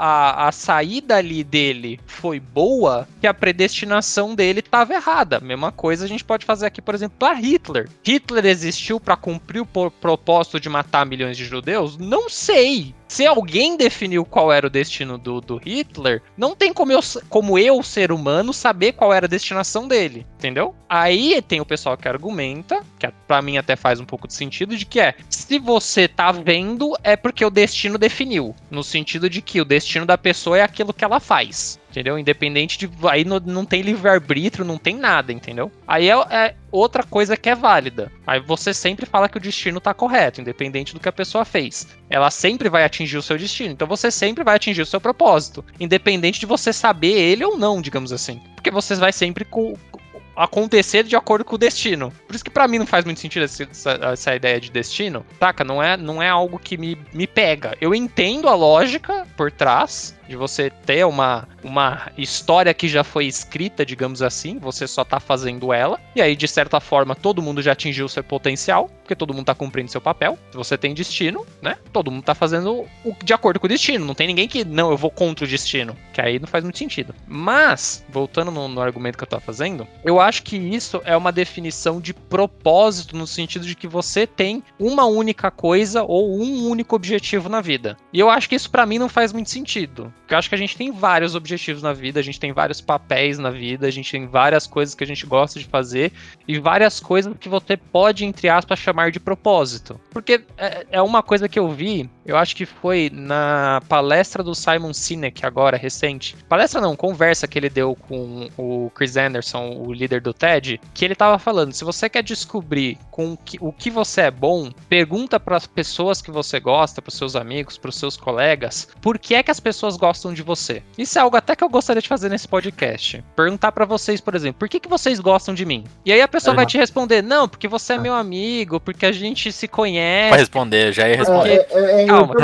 a saída ali dele foi boa que a predestinação dele estava errada. Mesma coisa a gente pode fazer aqui, por exemplo, para Hitler. Hitler existiu para cumprir o propósito de matar milhões de judeus? Não sei. Se alguém definiu qual era o destino do Hitler, não tem como eu, ser humano, saber qual era a destinação dele, entendeu? Aí tem o pessoal que argumenta, que pra mim até faz um pouco de sentido, de que se você tá vendo, é porque o destino definiu, no sentido de que o destino da pessoa é aquilo que ela faz. Entendeu? Independente de... Aí não tem livre-arbítrio, não tem nada, entendeu? Aí é outra coisa que é válida. Aí você sempre fala que o destino tá correto, independente do que a pessoa fez. Ela sempre vai atingir o seu destino. Então você sempre vai atingir o seu propósito. Independente de você saber ele ou não, digamos assim. Porque você vai sempre acontecer de acordo com o destino. Por isso que pra mim não faz muito sentido essa ideia de destino, saca? Não é algo que me pega. Eu entendo a lógica por trás de você ter uma história que já foi escrita, digamos assim, você só tá fazendo ela, e aí, de certa forma, todo mundo já atingiu o seu potencial, porque todo mundo tá cumprindo seu papel. Se você tem destino, né, todo mundo tá fazendo de acordo com o destino, não tem ninguém que, não, eu vou contra o destino, que aí não faz muito sentido. Mas, voltando no argumento que eu tô fazendo, eu acho que isso é uma definição de propósito, no sentido de que você tem uma única coisa ou um único objetivo na vida. E eu acho que isso pra mim não faz muito sentido. Porque eu acho que a gente tem vários objetivos na vida, a gente tem vários papéis na vida, a gente tem várias coisas que a gente gosta de fazer e várias coisas que você pode, entre aspas, chamar de propósito. Porque é uma coisa que eu vi, eu acho que foi na palestra do Simon Sinek agora, recente. Palestra não, conversa que ele deu com o Chris Anderson, o líder do TED, que ele tava falando, se você quer descobrir o que você é bom, pergunta para as pessoas que você gosta, para os seus amigos, para os seus colegas, por que é que as pessoas gostam de você. Isso é algo até que eu gostaria de fazer nesse podcast. Perguntar pra vocês, por exemplo, por que vocês gostam de mim? E aí a pessoa vai te responder, não, porque você é meu amigo, porque a gente se conhece. Vai responder, já ia responder. Calma.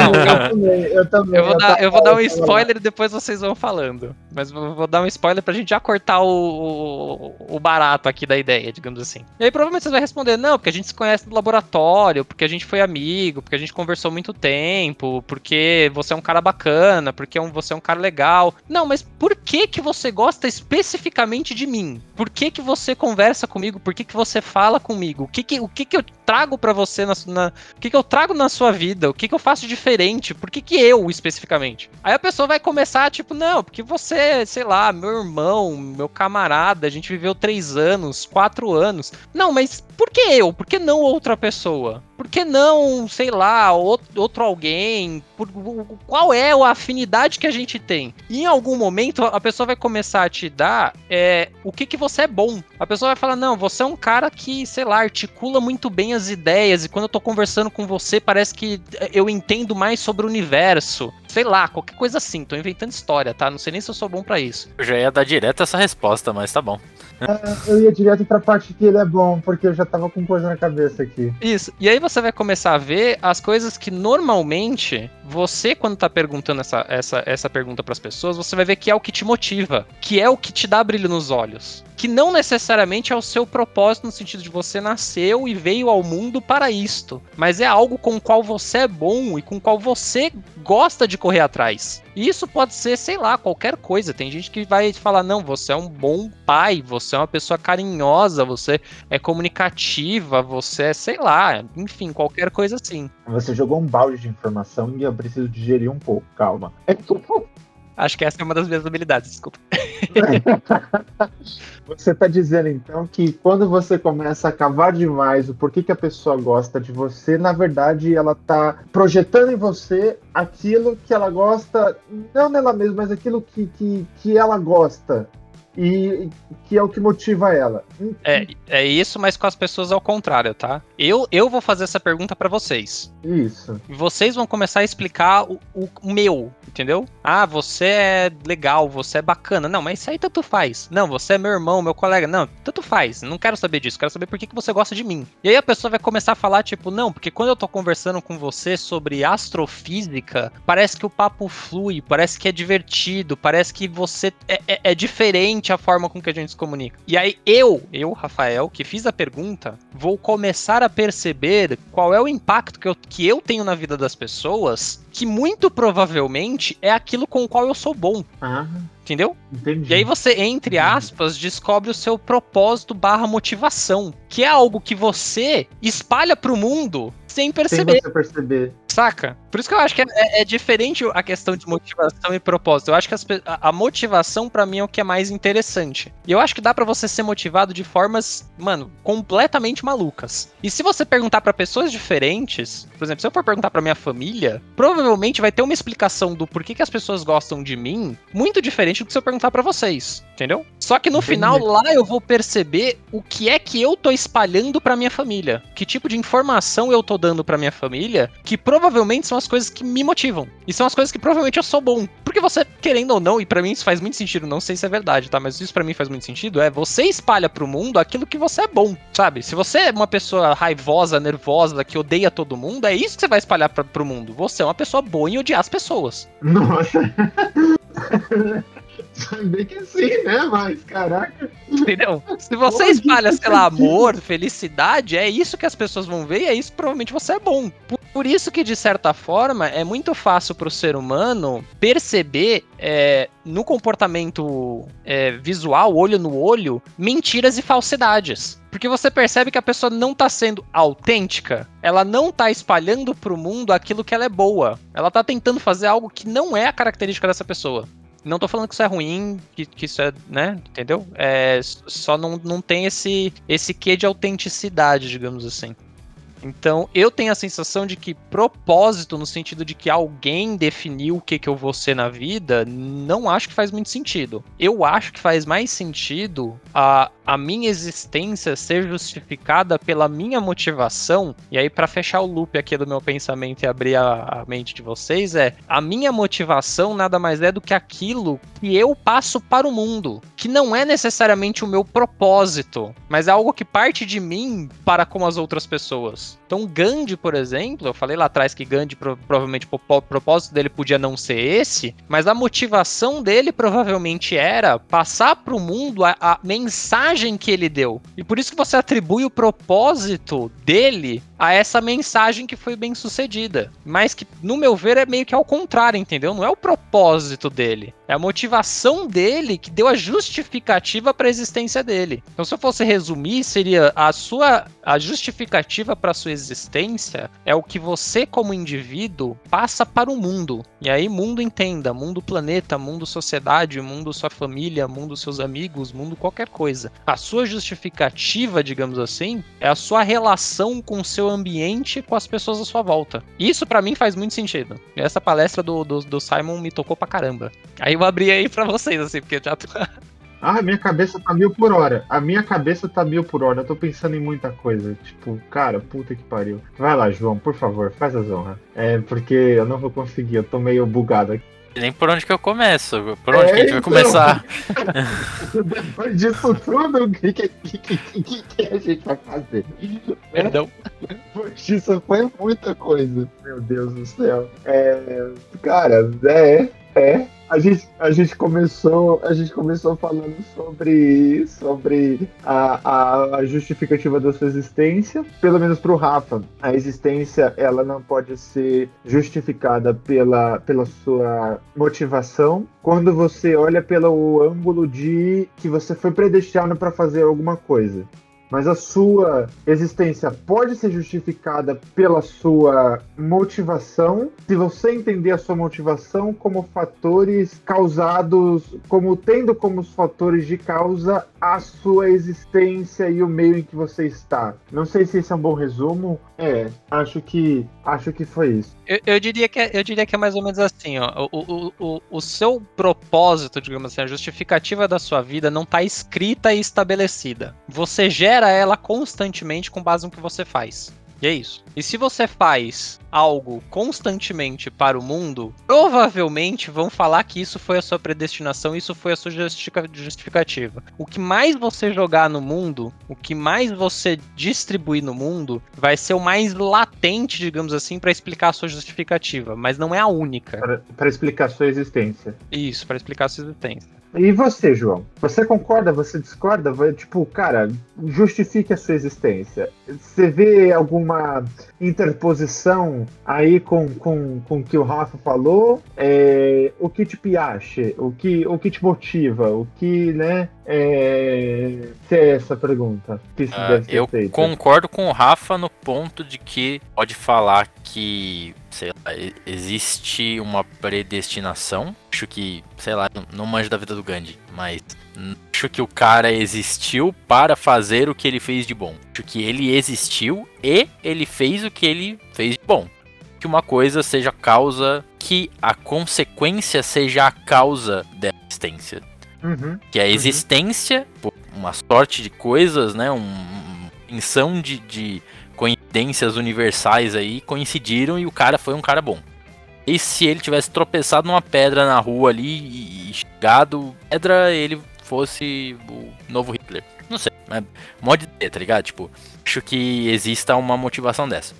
Eu também. Eu vou dar um spoiler e depois vocês vão falando. Mas vou dar um spoiler pra gente já cortar o barato aqui da ideia, digamos assim. E aí provavelmente vocês vão responder, não, porque a gente se conhece no laboratório, porque a gente foi amigo, porque a gente conversou muito tempo, porque você é um cara bacana, porque você é um cara legal. Não, mas por que você gosta especificamente de mim? Por que você conversa comigo? Por que você fala comigo? O que eu trago pra você, o que eu trago na sua vida? O que eu faço diferente? Por que eu, especificamente? Aí a pessoa vai começar, tipo, não, porque você, sei lá, meu irmão, meu camarada, a gente viveu 3 anos, 4 anos. Não, mas por que eu? Por que não outra pessoa? Por que não, sei lá, outro alguém? Qual é a afinidade que a gente tem? E em algum momento a pessoa vai começar a te dar o que você é bom. A pessoa vai falar, não, você é um cara que, sei lá, articula muito bem as ideias e quando eu tô conversando com você parece que eu entendo mais sobre o universo. Sei lá, qualquer coisa assim. Tô inventando história, tá? Não sei nem se eu sou bom pra isso. Eu já ia dar direto essa resposta, mas tá bom. Eu ia direto pra parte que ele é bom, porque eu já tava com coisa na cabeça aqui. Isso. E aí você vai começar a ver as coisas que normalmente você, quando tá perguntando essa pergunta pras pessoas, você vai ver que é o que te motiva, que é o que te dá brilho nos olhos. Que não necessariamente é o seu propósito no sentido de você nasceu e veio ao mundo para isto, mas é algo com o qual você é bom e com o qual você gosta de correr atrás. E isso pode ser, sei lá, qualquer coisa. Tem gente que vai falar, não, você é um bom pai, você é uma pessoa carinhosa, você é comunicativa, você é, sei lá, enfim, qualquer coisa assim. Você jogou um balde de informação e eu preciso digerir um pouco, calma. Acho que essa é uma das minhas habilidades, desculpa. Você tá dizendo, então, que quando você começa a cavar demais o porquê que a pessoa gosta de você, na verdade, ela tá projetando em você aquilo que ela gosta, não nela mesma, mas aquilo que ela gosta. E que é o que motiva ela. É isso, mas com as pessoas ao contrário, tá? Eu vou fazer essa pergunta pra vocês. Isso. E vocês vão começar a explicar o meu, entendeu? Ah, você é legal, você é bacana. Não, mas isso aí tanto faz. Não, você é meu irmão, meu colega. Não, tanto faz. Não quero saber disso. Quero saber por que você gosta de mim. E aí a pessoa vai começar a falar, tipo, não, porque quando eu tô conversando com você sobre astrofísica, parece que o papo flui, parece que é divertido, parece que você é diferente a forma com que a gente se comunica. E aí eu, Rafael, que fiz a pergunta, vou começar a perceber qual é o impacto que eu tenho na vida das pessoas, que muito provavelmente é aquilo com o qual eu sou bom. Ah, Entendeu? entendi. E aí você, entre aspas, descobre o seu propósito / motivação, que é algo que você espalha pro mundo sem perceber. Sem você perceber. Saca? Por isso que eu acho que é diferente a questão de motivação e propósito. Eu acho que a motivação, pra mim, é o que é mais interessante. E eu acho que dá pra você ser motivado de formas, mano, completamente malucas. E se você perguntar pra pessoas diferentes, por exemplo, se eu for perguntar pra minha família, provavelmente vai ter uma explicação do porquê que as pessoas gostam de mim muito diferente do que se eu perguntar pra vocês. Entendeu? Só que no final, lá eu vou perceber o que é que eu tô espalhando pra minha família. Que tipo de informação eu tô dando pra minha família, que provavelmente são as coisas que me motivam. E são as coisas que provavelmente eu sou bom. Porque você, querendo ou não, e pra mim isso faz muito sentido, não sei se é verdade, tá? Mas isso pra mim faz muito sentido, você espalha pro mundo aquilo que você é bom, sabe? Se você é uma pessoa raivosa, nervosa, que odeia todo mundo, é isso que você vai espalhar pro mundo. Você é uma pessoa boa em odiar as pessoas. Nossa. Bem que sim, né? Mas, caraca. Entendeu? Se você espalha, sei lá, amor, felicidade, é isso que as pessoas vão ver e é isso que provavelmente você é bom. Por isso que, de certa forma, é muito fácil pro ser humano perceber no comportamento visual, olho no olho, mentiras e falsidades. Porque você percebe que a pessoa não tá sendo autêntica, ela não tá espalhando pro mundo aquilo que ela é boa. Ela tá tentando fazer algo que não é a característica dessa pessoa. Não tô falando que isso é ruim, que isso é, né, entendeu? Só não tem esse quê de autenticidade, digamos assim. Então, eu tenho a sensação de que propósito, no sentido de que alguém definiu o que eu vou ser na vida, não acho que faz muito sentido. Eu acho que faz mais sentido a minha existência ser justificada pela minha motivação. E aí, para fechar o loop aqui do meu pensamento e abrir a mente de vocês, a minha motivação nada mais é do que aquilo que eu passo para o mundo, que não é necessariamente o meu propósito, mas é algo que parte de mim para com as outras pessoas. Então Gandhi, por exemplo, eu falei lá atrás que Gandhi provavelmente o propósito dele podia não ser esse, mas a motivação dele provavelmente era passar para o mundo a mensagem que ele deu. E por isso que você atribui o propósito dele a essa mensagem que foi bem sucedida. Mas que, no meu ver, é meio que ao contrário, entendeu? Não é o propósito dele. É a motivação dele que deu a justificativa para a existência dele. Então, se eu fosse resumir, seria a justificativa para a sua existência é o que você, como indivíduo, passa para o mundo. E aí, mundo entenda, mundo planeta, mundo sociedade, mundo sua família, mundo seus amigos, mundo qualquer coisa. A sua justificativa, digamos assim, é a sua relação com o seu ambiente e com as pessoas à sua volta. Isso, pra mim, faz muito sentido. E essa palestra do Simon me tocou pra caramba. Aí eu abri aí pra vocês, assim, porque eu já tô... Ah, a minha cabeça tá 1000 por hora. A minha cabeça tá 1000 por hora. Eu tô pensando em muita coisa. Tipo, cara, puta que pariu. Vai lá, João, por favor, faz as honras. Porque eu não vou conseguir, eu tô meio bugado aqui. Nem por onde que eu começo. Por onde que a gente vai começar? Depois disso tudo, o que a gente vai fazer? Perdão. Depois disso foi muita coisa. Meu Deus do céu. Cara, A gente começou falando sobre a justificativa da sua existência, pelo menos para o Rafa. A existência, ela não pode ser justificada pela sua motivação quando você olha pelo ângulo de que você foi predestinado para fazer alguma coisa. Mas a sua existência pode ser justificada pela sua motivação, se você entender a sua motivação como fatores causados, como tendo como fatores de causa a sua existência e o meio em que você está. Não sei se esse é um bom resumo. Acho que foi isso. Eu diria que é mais ou menos assim, ó. O seu propósito, digamos assim, a justificativa da sua vida não está escrita e estabelecida. Você gera ela constantemente com base no que você faz. E é isso. E se você faz algo constantemente para o mundo, provavelmente vão falar que isso foi a sua predestinação, isso foi a sua justificativa. O que mais você jogar no mundo, o que mais você distribuir no mundo, vai ser o mais latente, digamos assim, para explicar a sua justificativa, mas não é a única. Para explicar a sua existência. Isso, para explicar a sua existência. E você, João? Você concorda? Você discorda? Tipo, cara, justifique a sua existência. Você vê alguma interposição aí com o que o Rafa falou? O que te piache? O que te motiva? O que, né? Se é essa pergunta que se deve ser eu feita. concordo com o Rafa no ponto de que pode falar que, sei lá, existe uma predestinação. Acho que, sei lá, não manjo da vida do Gandhi, mas acho que o cara existiu para fazer o que ele fez de bom. Acho que ele existiu e ele fez o que ele fez de bom. Que uma coisa seja a causa, que a consequência seja a causa da existência. Que a existência, uma sorte de coisas, né, uma menção de coincidências universais aí, coincidiram e o cara foi um cara bom. E se ele tivesse tropeçado numa pedra na rua ali e chegado pedra, ele fosse o novo Hitler. Não sei, né? Modo de ter, tá ligado? Tipo, acho que exista uma motivação dessa.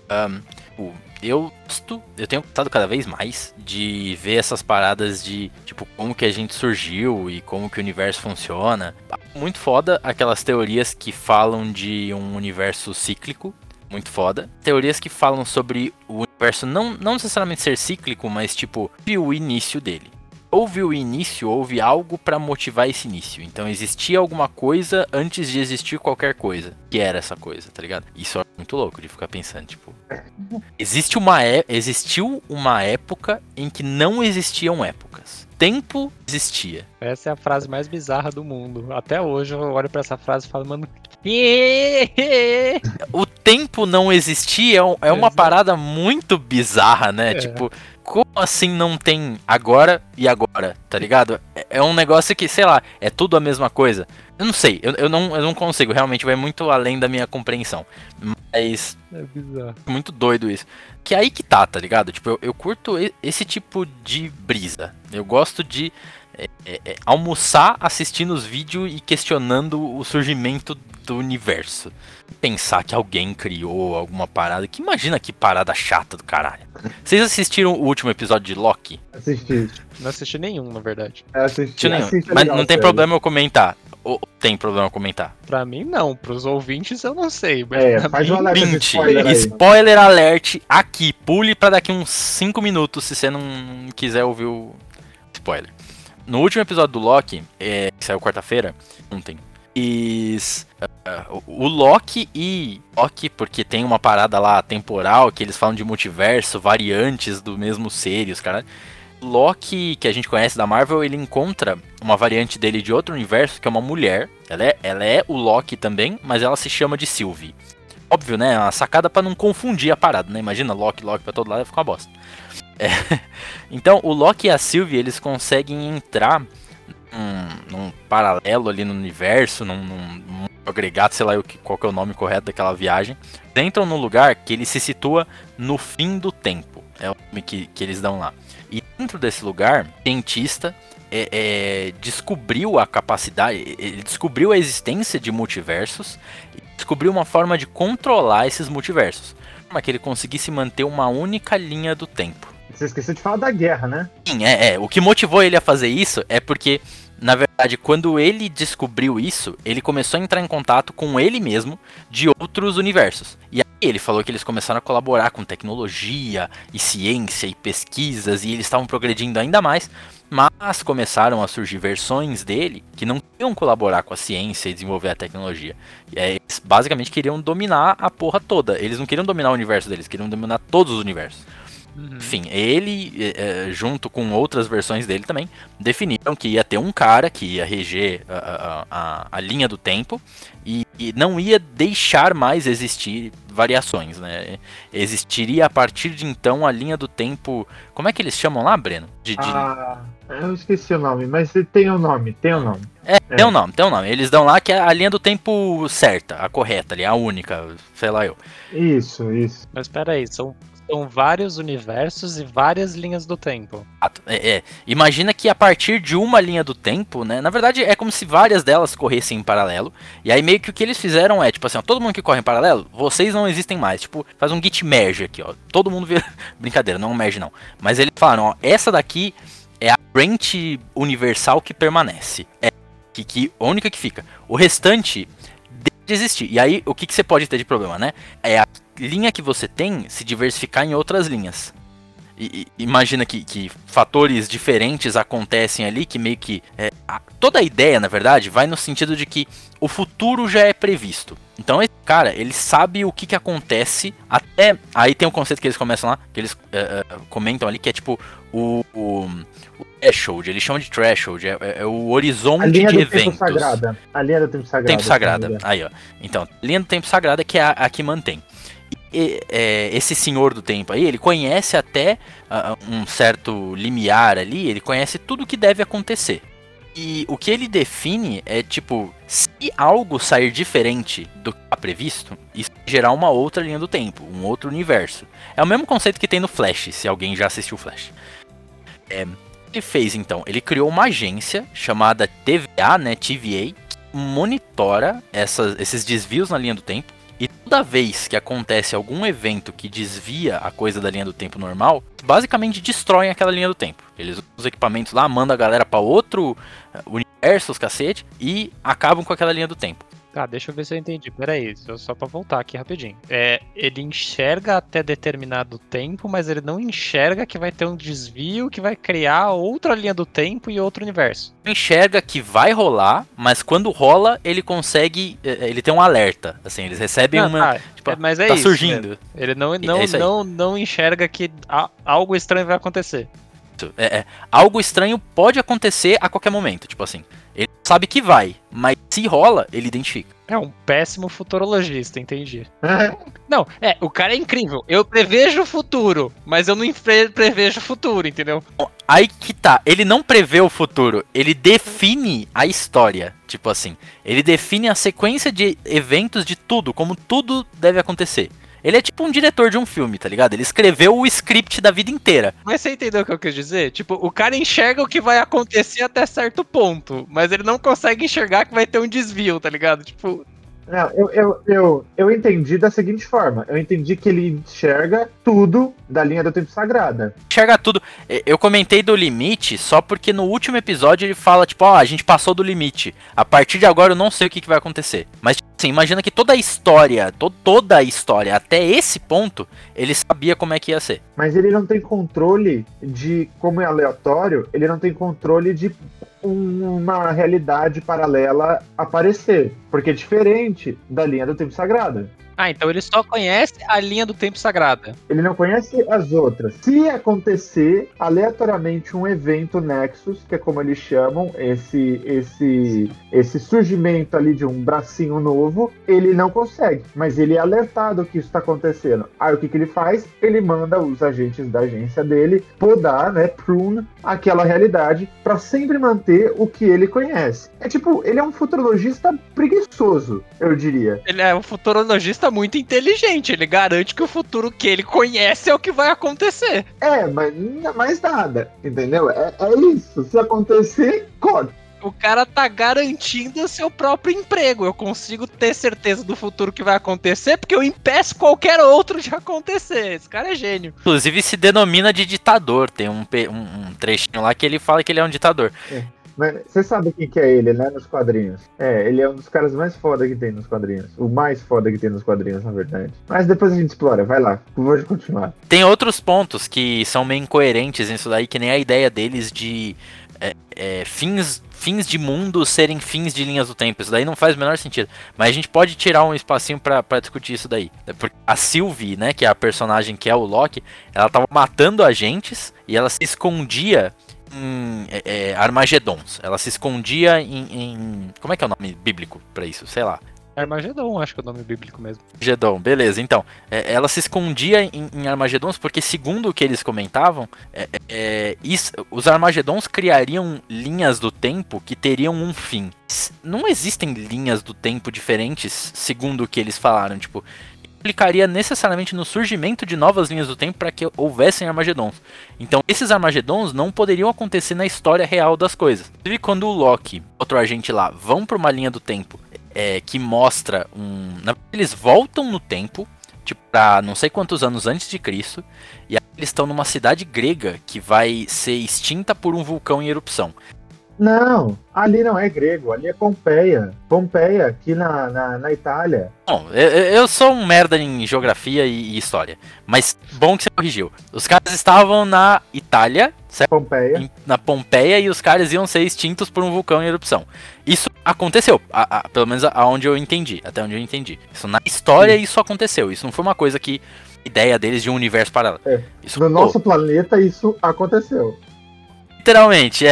Eu tenho gostado cada vez mais de ver essas paradas de, tipo, como que a gente surgiu e como que o universo funciona. Muito foda aquelas teorias que falam de um universo cíclico. Muito foda. Teorias que falam sobre o universo não necessariamente ser cíclico, mas, tipo, o início dele. Houve o início, houve algo pra motivar esse início. Então existia alguma coisa antes de existir qualquer coisa. Que era essa coisa, tá ligado? Isso é muito louco de ficar pensando, tipo... Existiu uma época em que não existiam épocas. Tempo existia. Essa é a frase mais bizarra do mundo. Até hoje eu olho pra essa frase e falo, mano... O tempo não existia é uma parada muito bizarra, né? Tipo... Como assim não tem agora e agora, tá ligado? É um negócio que, sei lá, é tudo a mesma coisa. Eu não sei, eu não consigo, realmente vai muito além da minha compreensão. Mas é bizarro. Muito doido isso. Que aí que tá ligado? Tipo, eu curto esse tipo de brisa. Eu gosto de almoçar assistindo os vídeos e questionando o surgimento do universo. Pensar que alguém criou alguma parada. Que imagina que parada chata do caralho. Vocês assistiram o último episódio de Loki? Assisti. Não assisti nenhum, na verdade. Assisti nenhum. legal, Mas não tem sério. problema eu comentar. Ou tem problema eu comentar? Pra mim, não. Pros ouvintes, eu não sei. Mas Faz um alerta de 20. spoiler aí. Spoiler alert aqui. Pule pra daqui uns 5 minutos se você não quiser ouvir o spoiler. No último episódio do Loki, que saiu quarta-feira, ontem, o Loki porque tem uma parada lá temporal, que eles falam de multiverso, variantes do mesmo ser e os caras. Loki, que a gente conhece da Marvel, ele encontra uma variante dele de outro universo, que é uma mulher. Ela é o Loki também, mas ela se chama de Sylvie. Óbvio, né? Uma sacada pra não confundir a parada, né? Imagina Loki pra todo lado, vai ficar uma bosta. Então, o Loki e a Sylvie, eles conseguem entrar num paralelo ali no universo, num agregado, sei lá qual que é o nome correto daquela viagem. Eles entram num lugar que ele se situa no fim do tempo. É o nome que eles dão lá. E dentro desse lugar, o cientista descobriu a capacidade, ele descobriu a existência de multiversos e descobriu uma forma de controlar esses multiversos. Para que ele conseguisse manter uma única linha do tempo. Você esqueceu de falar da guerra, né? Sim, o que motivou ele a fazer isso é porque, na verdade, quando ele descobriu isso, ele começou a entrar em contato com ele mesmo de outros universos. E aí ele falou que eles começaram a colaborar com tecnologia e ciência e pesquisas, e eles estavam progredindo ainda mais, mas começaram a surgir versões dele que não queriam colaborar com a ciência e desenvolver a tecnologia. E aí, eles basicamente queriam dominar a porra toda. Eles não queriam dominar o universo deles, queriam dominar todos os universos. Enfim, ele, junto com outras versões dele também, definiram que ia ter um cara que ia reger a linha do tempo e não ia deixar mais existir variações, né? Existiria a partir de então a linha do tempo... Como é que eles chamam lá, Breno? Eu esqueci o nome, mas tem um nome. Tem um nome. Eles dão lá que é a linha do tempo certa, a correta ali, a única, sei lá eu. Isso. Mas peraí, são vários universos e várias linhas do tempo. Imagina que a partir de uma linha do tempo, né? Na verdade é como se várias delas corressem em paralelo. E aí meio que o que eles fizeram é, tipo assim, ó, todo mundo que corre em paralelo, vocês não existem mais. Tipo, faz um git merge aqui, ó. Todo mundo vira... Brincadeira, não é um merge não. Mas eles falaram, ó, essa daqui é a branch universal que permanece. É a única que fica. O restante deixa de existir. E aí, o que você pode ter de problema, né? É a linha que você tem se diversificar em outras linhas. Imagina que fatores diferentes acontecem ali, que meio que... toda a ideia, na verdade, vai no sentido de que o futuro já é previsto. Então, esse cara, ele sabe o que acontece até... Aí tem um conceito que eles começam lá, que eles comentam ali, que é tipo o threshold, eles chamam de threshold, é o horizonte de eventos. A linha do tempo sagrado. Tempo sagrada, aí ó. Então, a linha do tempo sagrada que é a que mantém. Esse senhor do tempo aí, ele conhece até um certo limiar ali, ele conhece tudo o que deve acontecer. E o que ele define é, tipo, se algo sair diferente do que está previsto, isso vai gerar uma outra linha do tempo, um outro universo. É o mesmo conceito que tem no Flash, se alguém já assistiu Flash. Ele fez, então, ele criou uma agência chamada TVA, né, TVA, que monitora esses desvios na linha do tempo. E toda vez que acontece algum evento que desvia a coisa da linha do tempo normal, basicamente destroem aquela linha do tempo. Eles usam os equipamentos lá, mandam a galera para outro universo, os cacete, e acabam com aquela linha do tempo. Tá, deixa eu ver se eu entendi. Peraí, só pra voltar aqui rapidinho. Ele enxerga até determinado tempo, mas ele não enxerga que vai ter um desvio que vai criar outra linha do tempo e outro universo. Enxerga que vai rolar, mas quando rola, ele consegue... Ele tem um alerta, assim, eles recebem tipo, mas é tá isso, surgindo. Né? Ele não enxerga que algo estranho vai acontecer. Algo estranho pode acontecer a qualquer momento, tipo assim. Ele sabe que vai, mas se rola, ele identifica. É um péssimo futurologista, entendi. Não, o cara é incrível. Eu prevejo o futuro, mas eu não prevejo o futuro, entendeu? Aí que tá, ele não prevê o futuro, ele define a história, tipo assim. Ele define a sequência de eventos de tudo, como tudo deve acontecer. Ele é tipo um diretor de um filme, tá ligado? Ele escreveu o script da vida inteira. Mas você entendeu o que eu quis dizer? Tipo, o cara enxerga o que vai acontecer até certo ponto, mas ele não consegue enxergar que vai ter um desvio, tá ligado? Tipo... Não, eu entendi da seguinte forma. Eu entendi que ele enxerga tudo da linha do tempo sagrada. Enxerga tudo. Eu comentei do limite só porque no último episódio ele fala, tipo, a gente passou do limite. A partir de agora eu não sei o que vai acontecer. Mas, assim, imagina que toda a história, até esse ponto, ele sabia como é que ia ser. Mas ele não tem controle de, como é aleatório, ele não tem controle de uma realidade paralela aparecer, porque é diferente da linha do tempo sagrada. Então ele só conhece a linha do tempo sagrada. Ele não conhece as outras. Se acontecer aleatoriamente um evento Nexus, que é como eles chamam, esse surgimento ali de um bracinho novo, ele não consegue, mas ele é alertado que isso está acontecendo. Aí o que ele faz? Ele manda os agentes da agência dele podar, né, prune aquela realidade para sempre manter o que ele conhece. É tipo, ele é um futurologista preguiçoso, eu diria. Ele é um futurologista muito inteligente, ele garante que o futuro que ele conhece é o que vai acontecer. Mas mais nada, entendeu? É isso, se acontecer, corta. O cara tá garantindo o seu próprio emprego. Eu consigo ter certeza do futuro que vai acontecer porque eu impeço qualquer outro de acontecer. Esse cara é gênio. Inclusive se denomina de ditador. Tem um trechinho lá que ele fala que ele é um ditador. Mas você sabe quem que é ele, né, nos quadrinhos? Ele é um dos caras mais foda que tem nos quadrinhos. O mais foda que tem nos quadrinhos, na verdade. Mas depois a gente explora, vai lá, vou continuar. Tem outros pontos que são meio incoerentes nisso daí, que nem a ideia deles de fins de mundo serem fins de linhas do tempo. Isso daí não faz o menor sentido. Mas a gente pode tirar um espacinho pra discutir isso daí. Porque a Sylvie, né, que é a personagem que é o Loki, ela tava matando agentes e ela se escondia em Armagedons. Ela se escondia em... Como é que é o nome bíblico pra isso? Sei lá. Armagedon, acho que é o nome bíblico mesmo. Armagedon, beleza. Então, ela se escondia em Armagedons porque, segundo o que eles comentavam, os Armagedons criariam linhas do tempo que teriam um fim. Não existem linhas do tempo diferentes, segundo o que eles falaram. Tipo, implicaria necessariamente no surgimento de novas linhas do tempo para que houvessem Armagedons. Então, esses Armagedons não poderiam acontecer na história real das coisas. Inclusive, quando o Loki, outro agente lá, vão para uma linha do tempo que mostra eles voltam no tempo, tipo, pra não sei quantos anos antes de Cristo, e aí eles estão numa cidade grega que vai ser extinta por um vulcão em erupção. Não, ali não é grego, ali é Pompeia. Pompeia, aqui na Itália. Bom, eu sou um merda em geografia e história, mas bom que você corrigiu. Os caras estavam na Itália, certo? Pompeia. Na Pompeia, e os caras iam ser extintos por um vulcão em erupção. Isso aconteceu, pelo menos até onde eu entendi. Isso na história, isso aconteceu. Isso não foi uma coisa que ideia deles de um universo paralelo. No nosso planeta isso aconteceu. Literalmente,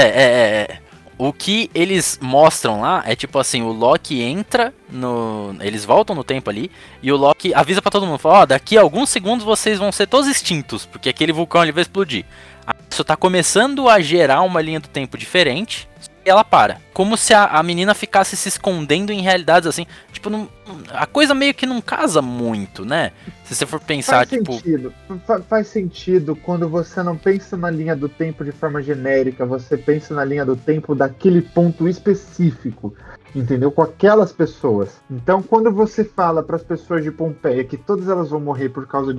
O que eles mostram lá é tipo assim, o Loki entra eles voltam no tempo ali, e o Loki avisa pra todo mundo, fala, daqui a alguns segundos vocês vão ser todos extintos, porque aquele vulcão ali vai explodir. Isso tá começando a gerar uma linha do tempo diferente, e ela para. Como se a menina ficasse se escondendo em realidades assim, tipo, a coisa meio que não casa muito, né? Se você for pensar, Faz sentido quando você não pensa na linha do tempo de forma genérica, você pensa na linha do tempo daquele ponto específico, entendeu? Com aquelas pessoas. Então, quando você fala para as pessoas de Pompeia que todas elas vão morrer por causa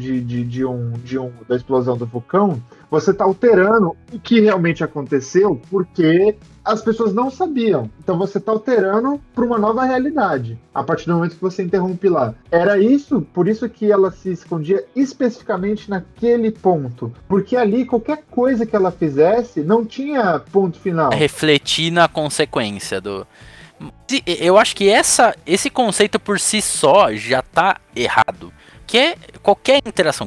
da explosão do vulcão, você está alterando o que realmente aconteceu, porque as pessoas não sabiam. Então você está alterando para uma nova realidade. A partir do momento que você interrompe lá. Era isso, por isso que ela se escondia especificamente naquele ponto. Porque ali, qualquer coisa que ela fizesse, não tinha ponto final. Refletir na consequência do... Eu acho que esse conceito por si só já tá errado. Que é qualquer interação.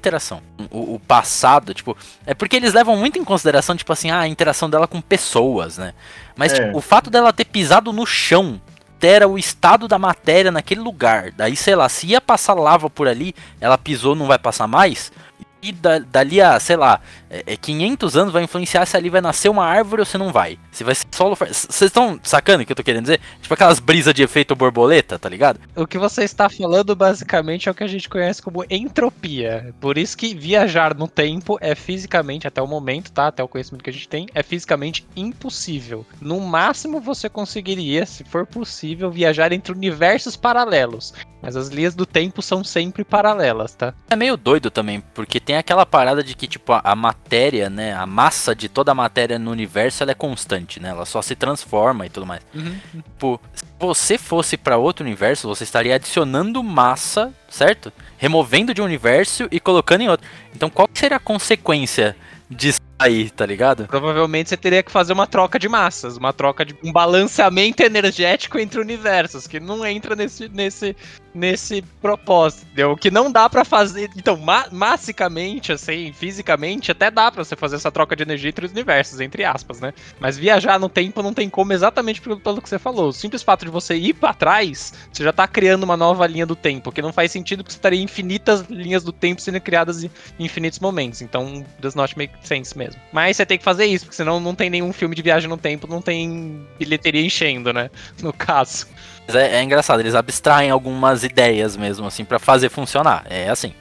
O passado, tipo... É porque eles levam muito em consideração, tipo assim, a interação dela com pessoas, né? Mas tipo, o fato dela ter pisado no chão altera o estado da matéria naquele lugar. Daí, sei lá, se ia passar lava por ali, ela pisou, não vai passar mais... E dali a, sei lá, 500 anos vai influenciar se ali vai nascer uma árvore ou se não vai. Se vai ser solo... Vocês estão sacando o que eu tô querendo dizer? Tipo aquelas brisas de efeito borboleta, tá ligado? O que você está falando basicamente é o que a gente conhece como entropia. Por isso que viajar no tempo é fisicamente, até o momento, tá? Até o conhecimento que a gente tem, é fisicamente impossível. No máximo você conseguiria, se for possível, viajar entre universos paralelos. Mas as linhas do tempo são sempre paralelas, tá? É meio doido também, porque tem aquela parada de que, tipo, a matéria, né, a massa de toda a matéria no universo, ela é constante, né, ela só se transforma e tudo mais. Tipo, se você fosse pra outro universo, você estaria adicionando massa, certo? Removendo de um universo e colocando em outro. Então, qual que seria a consequência disso aí, tá ligado? Provavelmente você teria que fazer uma troca de massas, uma troca de um balanceamento energético entre universos, que não entra nesse propósito, entendeu? O que não dá pra fazer, então, massicamente, assim, fisicamente, até dá pra você fazer essa troca de energia entre os universos, entre aspas, né? Mas viajar no tempo não tem como, exatamente pelo que você falou. O simples fato de você ir pra trás, você já tá criando uma nova linha do tempo, que não faz sentido porque você estaria infinitas linhas do tempo sendo criadas em infinitos momentos, então does not make sense mesmo. Mas você tem que fazer isso, porque senão não tem nenhum filme de viagem no tempo, não tem bilheteria enchendo, né? No caso. É engraçado, eles abstraem algumas ideias mesmo, assim, pra fazer funcionar. É assim.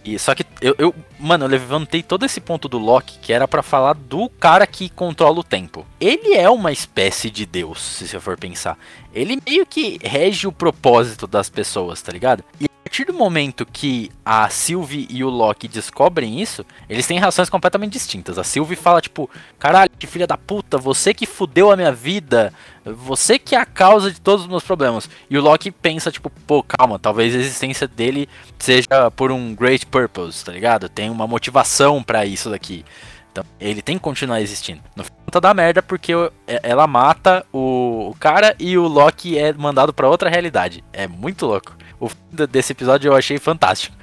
E só que mano, eu levantei todo esse ponto do Loki, que era pra falar do cara que controla o tempo. Ele é uma espécie de Deus, se você for pensar. Ele meio que rege o propósito das pessoas, tá ligado? E a partir do momento que a Sylvie e o Loki descobrem isso, eles têm reações completamente distintas. A Sylvie fala, tipo, caralho, que filha da puta, você que fudeu a minha vida, você que é a causa de todos os meus problemas. E o Loki pensa, tipo, pô, calma, talvez a existência dele seja por um great purpose, tá ligado? Tem uma motivação pra isso daqui. Então, ele tem que continuar existindo. No final tá da merda porque ela mata o cara e o Loki é mandado pra outra realidade. É muito louco. O fim desse episódio eu achei fantástico.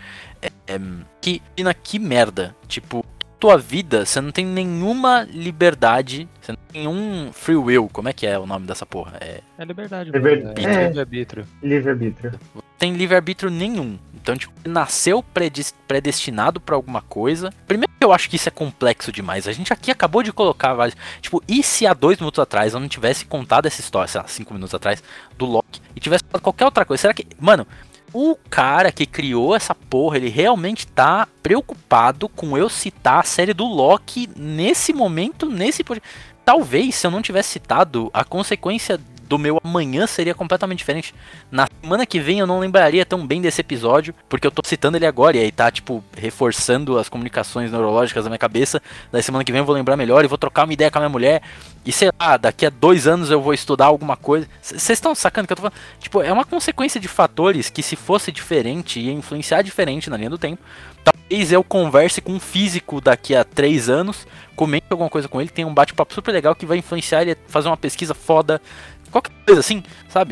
Que merda. Tipo, tua vida, você não tem nenhuma liberdade, você não tem nenhum free will. Como é que é o nome dessa porra? É liberdade. Livre-arbítrio. Livre-arbítrio. Não tem livre-arbítrio nenhum. Então, tipo, nasceu predestinado pra alguma coisa. Primeiro que eu acho que isso é complexo demais. A gente aqui acabou de colocar vários... Tipo, e se há 2 minutos atrás eu não tivesse contado essa história, sei lá, 5 minutos atrás, do Loki, e tivesse falado qualquer outra coisa? Será que... Mano, o cara que criou essa porra, ele realmente tá preocupado com eu citar a série do Loki nesse momento, nesse... Talvez, se eu não tivesse citado, a consequência do meu amanhã seria completamente diferente. Na semana que vem eu não lembraria tão bem desse episódio, porque eu tô citando ele agora, e aí tá, tipo, reforçando as comunicações neurológicas da minha cabeça. Da semana que vem eu vou lembrar melhor e vou trocar uma ideia com a minha mulher. E sei lá, daqui a 2 anos eu vou estudar alguma coisa. Vocês estão sacando o que eu tô falando? Tipo, é uma consequência de fatores que, se fosse diferente, ia influenciar diferente na linha do tempo. Talvez eu converse com um físico daqui a 3 anos, comente alguma coisa com ele, tenha um bate-papo super legal que vai influenciar ele a fazer uma pesquisa foda, qualquer coisa assim, sabe?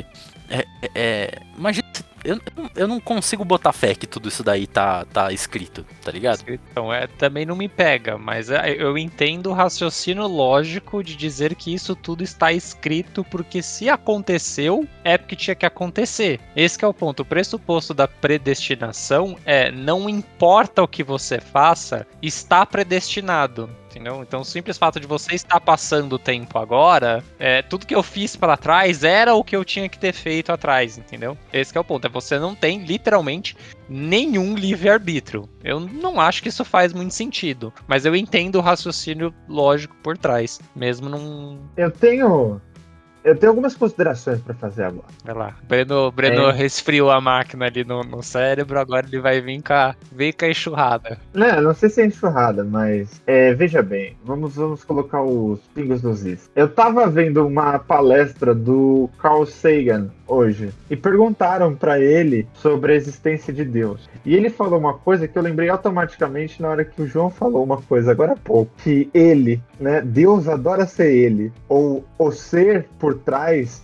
Imagina, eu não consigo botar fé que tudo isso daí tá escrito, tá ligado? Então, também não me pega, mas eu entendo o raciocínio lógico de dizer que isso tudo está escrito, porque se aconteceu, é porque tinha que acontecer. Esse que é o ponto. O pressuposto da predestinação é: não importa o que você faça, está predestinado. Entendeu? Então, o simples fato de você estar passando o tempo agora, tudo que eu fiz para trás era o que eu tinha que ter feito atrás, entendeu? Esse que é o ponto. Você não tem, literalmente, nenhum livre-arbítrio. Eu não acho que isso faz muito sentido, mas eu entendo o raciocínio lógico por trás, mesmo num... Eu tenho algumas considerações para fazer agora. Vai lá. Breno resfriou a máquina ali no cérebro, agora ele vai vir com a enxurrada. Não sei se é enxurrada, mas veja bem, vamos colocar os pingos nos is. Eu tava vendo uma palestra do Carl Sagan hoje e perguntaram para ele sobre a existência de Deus. E ele falou uma coisa que eu lembrei automaticamente na hora que o João falou uma coisa agora há pouco, que ele, né, Deus adora ser ele, ou o ser por trás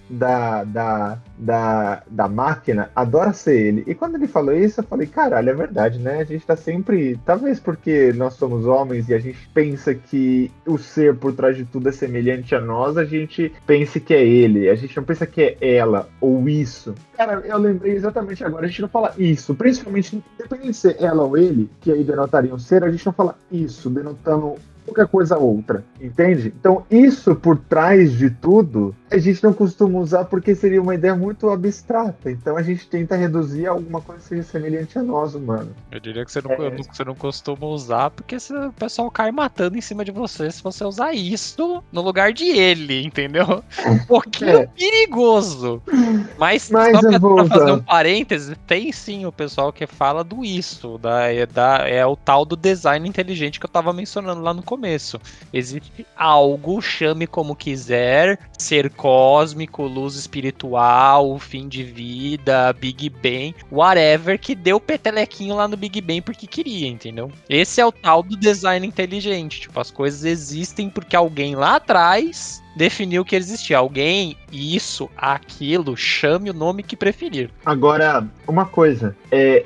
da máquina adora ser ele. E quando ele falou isso, eu falei, caralho, é verdade, né? A gente tá sempre... Talvez porque nós somos homens e a gente pensa que o ser por trás de tudo é semelhante a nós, a gente pensa que é ele. A gente não pensa que é ela ou isso. Cara, eu lembrei exatamente agora. A gente não fala isso. Principalmente, independente de ser ela ou ele, que aí denotariam ser, a gente não fala isso, denotando qualquer coisa outra, entende? Então, isso por trás de tudo, a gente não costuma usar porque seria uma ideia muito abstrata. Então, a gente tenta reduzir a alguma coisa que seja semelhante a nós, humanos. Eu diria que você não costuma usar porque o pessoal cai matando em cima de você se você usar isso no lugar de ele, entendeu? Um pouquinho perigoso. Mas só pra fazer um parêntese, tem sim o pessoal que fala do isso, é o tal do design inteligente que eu tava mencionando lá no começo. Existe algo, chame como quiser, ser cósmico, luz espiritual, fim de vida, Big Bang, whatever, que deu petelequinho lá no Big Bang porque queria, entendeu? Esse é o tal do design inteligente. Tipo, as coisas existem porque alguém lá atrás definiu que existia. Alguém, isso, aquilo, chame o nome que preferir. Agora, uma coisa,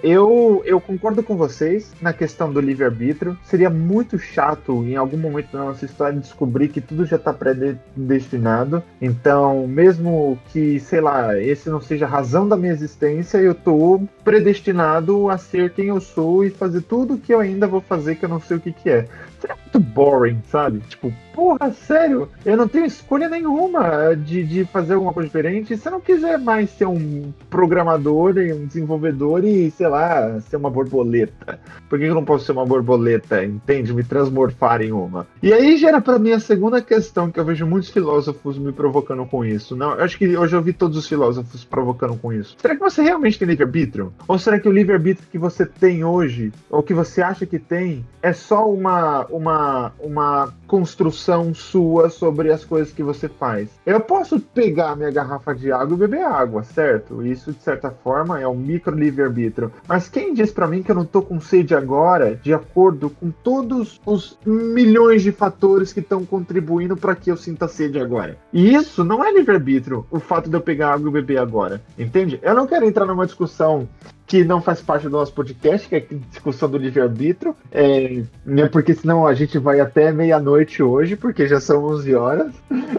eu concordo com vocês na questão do livre-arbítrio. Seria muito chato em algum momento da nossa história descobrir que tudo já está predestinado. Então, mesmo que, sei lá, esse não seja a razão da minha existência, eu tô predestinado a ser quem eu sou e fazer tudo que eu ainda vou fazer que eu não sei o que é. Seria muito boring, sabe? Tipo, porra, sério? Eu não tenho escolha nenhuma de fazer alguma coisa diferente. Se você não quiser mais ser um programador e um desenvolvedor e, sei lá, ser uma borboleta. Por que eu não posso ser uma borboleta, entende? Me transmorfar em uma. E aí gera pra mim a segunda questão, que eu vejo muitos filósofos me provocando com isso. Não, eu acho que hoje eu vi todos os filósofos provocando com isso. Será que você realmente tem livre-arbítrio? Ou será que o livre-arbítrio que você tem hoje, ou que você acha que tem, é só uma construção sua sobre as coisas que você faz? Eu posso pegar minha garrafa de água e beber água, certo? Isso, de certa forma, é um micro livre-arbítrio. Mas quem diz pra mim que eu não tô com sede agora, de acordo com todos os milhões de fatores que estão contribuindo para que eu sinta sede agora? E isso não é livre-arbítrio, o fato de eu pegar água e beber agora, entende? Eu não quero entrar numa discussão que não faz parte do nosso podcast, que é a discussão do livre-arbítrio, né, porque senão a gente vai até meia-noite hoje, porque já são 11 horas.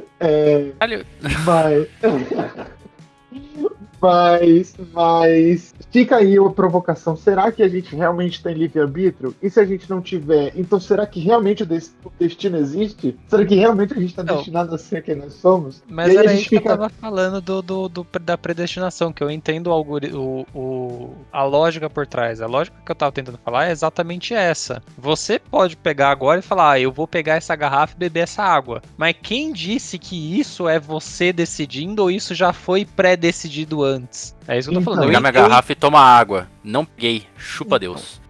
Mas fica aí a provocação. Será que a gente realmente tem livre-arbítrio? E se a gente não tiver, então será que realmente o destino existe? Será que realmente a gente está destinado a ser quem nós somos? Mas era isso que eu tava falando da predestinação, que eu entendo a lógica por trás. A lógica que eu tava tentando falar é exatamente essa. Você pode pegar agora e falar, eu vou pegar essa garrafa e beber essa água. Mas quem disse que isso é você decidindo ou isso já foi pré-decidido antes? É isso que eu tô falando. Pegar minha garrafa e tomar água. Não peguei. Chupa Deus.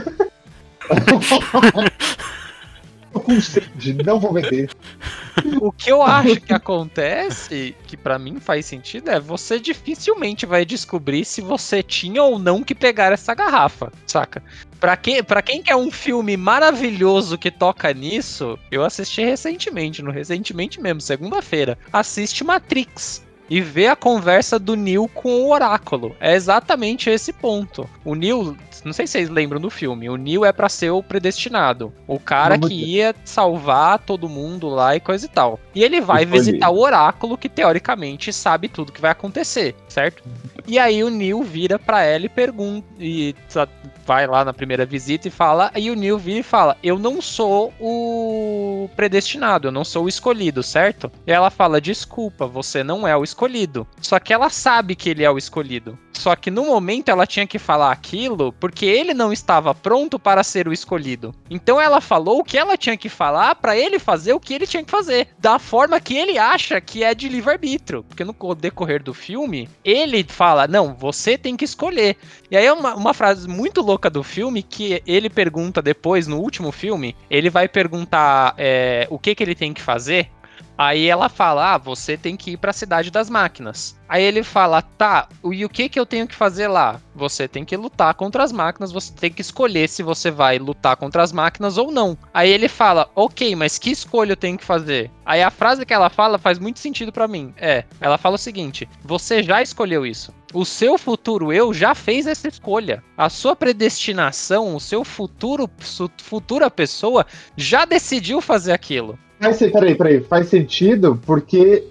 Tô com sede, não vou beber. O que eu acho que acontece, que pra mim faz sentido, é você dificilmente vai descobrir se você tinha ou não que pegar essa garrafa, saca? Pra quem quer um filme maravilhoso que toca nisso, eu assisti recentemente mesmo, segunda-feira. Assiste Matrix. E vê a conversa do Neo com o Oráculo. É exatamente esse ponto. O Neo, não sei se vocês lembram do filme, o Neo é pra ser o predestinado. O cara que ia salvar todo mundo lá e coisa e tal. E ele vai visitar o Oráculo, que teoricamente sabe tudo que vai acontecer, certo? E aí o Neo vira pra ela e pergunta, e vai lá na primeira visita e fala, e o Neo vira e fala, eu não sou o predestinado, eu não sou o escolhido, certo? E ela fala, desculpa, você não é o escolhido. Só que ela sabe que ele é o escolhido. Só que no momento ela tinha que falar aquilo porque ele não estava pronto para ser o escolhido. Então ela falou o que ela tinha que falar para ele fazer o que ele tinha que fazer, da forma que ele acha que é de livre-arbítrio. Porque no decorrer do filme, ele fala, não, você tem que escolher. E aí é uma frase muito louca do filme que ele pergunta depois, no último filme, ele vai perguntar o que ele tem que fazer. Aí ela fala, você tem que ir para a cidade das máquinas. Aí ele fala, tá, e o que eu tenho que fazer lá? Você tem que lutar contra as máquinas, você tem que escolher se você vai lutar contra as máquinas ou não. Aí ele fala, ok, mas que escolha eu tenho que fazer? Aí a frase que ela fala faz muito sentido pra mim. Ela fala o seguinte, você já escolheu isso. O seu futuro eu já fez essa escolha. A sua predestinação, o seu futura pessoa já decidiu fazer aquilo. Mas peraí, faz sentido porque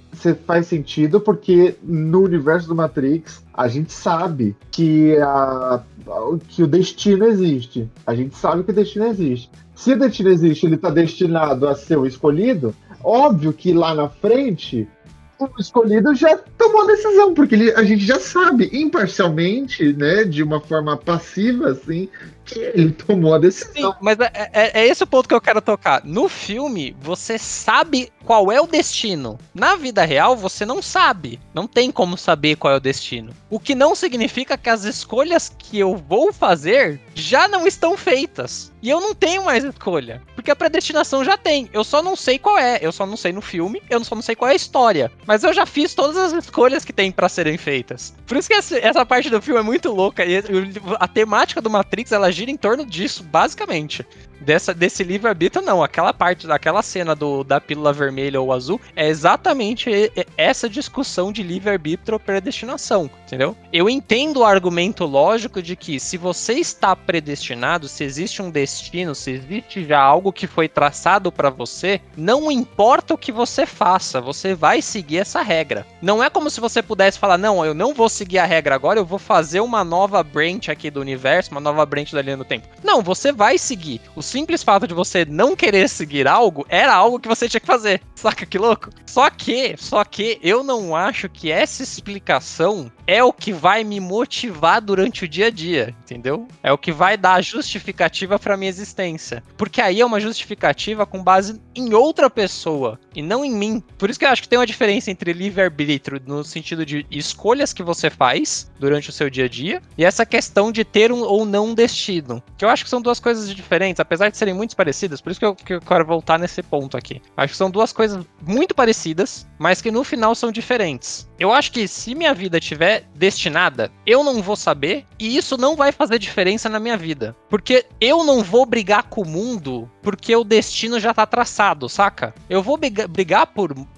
no universo do Matrix a gente sabe que o destino existe. A gente sabe que o destino existe. Se o destino existe, ele está destinado a ser o escolhido, óbvio que lá na frente o escolhido já tomou a decisão, porque a gente já sabe, imparcialmente, né, de uma forma passiva, assim, que ele tomou a decisão. Sim, mas é esse o ponto que eu quero tocar. No filme, você sabe qual é o destino. Na vida real, você não sabe. Não tem como saber qual é o destino. O que não significa que as escolhas que eu vou fazer já não estão feitas. E eu não tenho mais escolha. Porque a predestinação já tem. Eu só não sei qual é. Eu só não sei no filme. Eu só não sei qual é a história. Mas eu já fiz todas as escolhas que tem pra serem feitas. Por isso que essa parte do filme é muito louca. E a temática do Matrix, ela gira em torno disso, basicamente. Desse livre-arbítrio, não. Aquela cena da pílula vermelha ou azul é exatamente essa discussão de livre-arbítrio ou predestinação, entendeu? Eu entendo o argumento lógico de que se você está predestinado, se existe um destino, se existe já algo que foi traçado para você, não importa o que você faça, você vai seguir essa regra. Não é como se você pudesse falar, não, eu não vou seguir a regra agora, eu vou fazer uma nova branch aqui do universo, uma nova branch da linha do tempo. Não, você vai seguir. O simples fato de você não querer seguir algo era algo que você tinha que fazer. Saca que louco? Só que eu não acho que essa explicação é o que vai me motivar durante o dia a dia, entendeu? É o que vai dar a justificativa pra minha existência. Porque aí é uma justificativa com base em outra pessoa e não em mim. Por isso que eu acho que tem uma diferença entre livre-arbítrio no sentido de escolhas que você faz durante o seu dia a dia e essa questão de ter um ou não destino. Que eu acho que são duas coisas diferentes, apesar de serem muito parecidas, por isso que eu quero voltar nesse ponto aqui. Acho que são duas coisas muito parecidas, mas que no final são diferentes. Eu acho que se minha vida tiver destinada, eu não vou saber e isso não vai fazer diferença na minha vida. Porque eu não vou brigar com o mundo porque o destino já tá traçado, saca? Eu vou brigar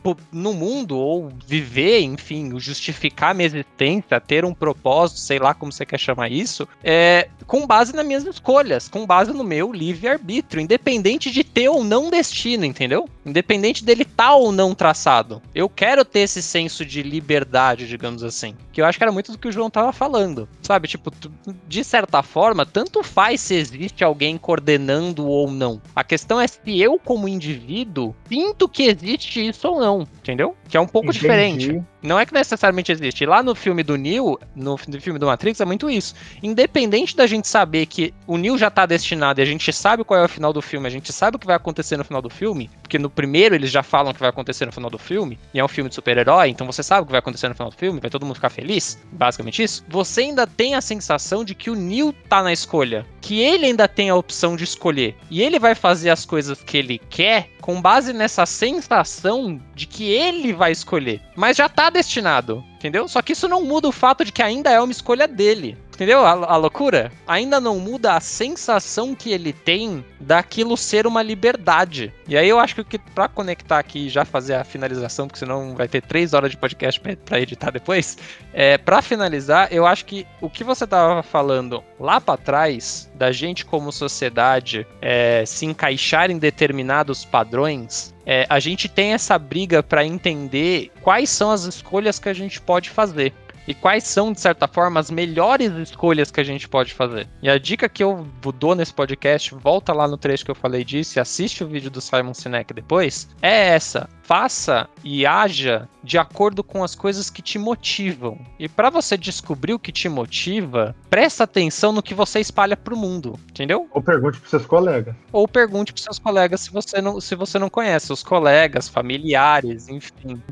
no mundo ou viver, enfim, justificar minha existência, ter um propósito, sei lá como você quer chamar isso, com base nas minhas escolhas, com base no meu livre-arbítrio, independente de ter ou não destino, entendeu? Independente dele tá ou não traçado. Eu quero ter esse senso de liberdade, digamos assim. Que eu acho que era muito do que o João tava falando. Sabe, tipo, de certa forma, tanto faz se existe alguém coordenando ou não. A questão é se eu, como indivíduo, sinto que existe isso ou não, entendeu? Que é um pouco diferente. Não é que necessariamente existe. Lá no filme do Neo, no filme do Matrix, é muito isso. Independente da gente saber que o Neo já tá destinado e a gente sabe qual é o final do filme, a gente sabe o que vai acontecer no final do filme, porque no primeiro eles já falam o que vai acontecer no final do filme, e é um filme de super-herói, então você sabe o que vai acontecer no final do filme, vai todo mundo ficar feliz, basicamente isso. Você ainda tem a sensação de que o Neo tá na escolha, que ele ainda tem a opção de escolher, e ele vai fazer as coisas que ele quer com base nessa sensação de que ele vai escolher, mas já tá destinado, entendeu? Só que isso não muda o fato de que ainda é uma escolha dele. Entendeu? A loucura? Ainda não muda a sensação que ele tem daquilo ser uma liberdade. E aí eu acho que pra conectar aqui e já fazer a finalização, porque senão vai ter 3 horas de podcast pra editar depois, pra finalizar, eu acho que o que você tava falando lá pra trás, da gente como sociedade se encaixar em determinados padrões, a gente tem essa briga pra entender quais são as escolhas que a gente pode fazer. E quais são, de certa forma, as melhores escolhas que a gente pode fazer. E a dica que eu dou nesse podcast, volta lá no trecho que eu falei disso e assiste o vídeo do Simon Sinek depois, é essa. Faça e haja de acordo com as coisas que te motivam. E para você descobrir o que te motiva, presta atenção no que você espalha pro mundo, entendeu? Ou pergunte pros seus colegas. Ou pergunte pros seus colegas se você não conhece, os colegas, familiares, enfim.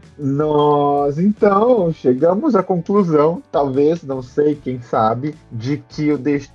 Nós, então, chegamos à conclusão, talvez, não sei, quem sabe, de que o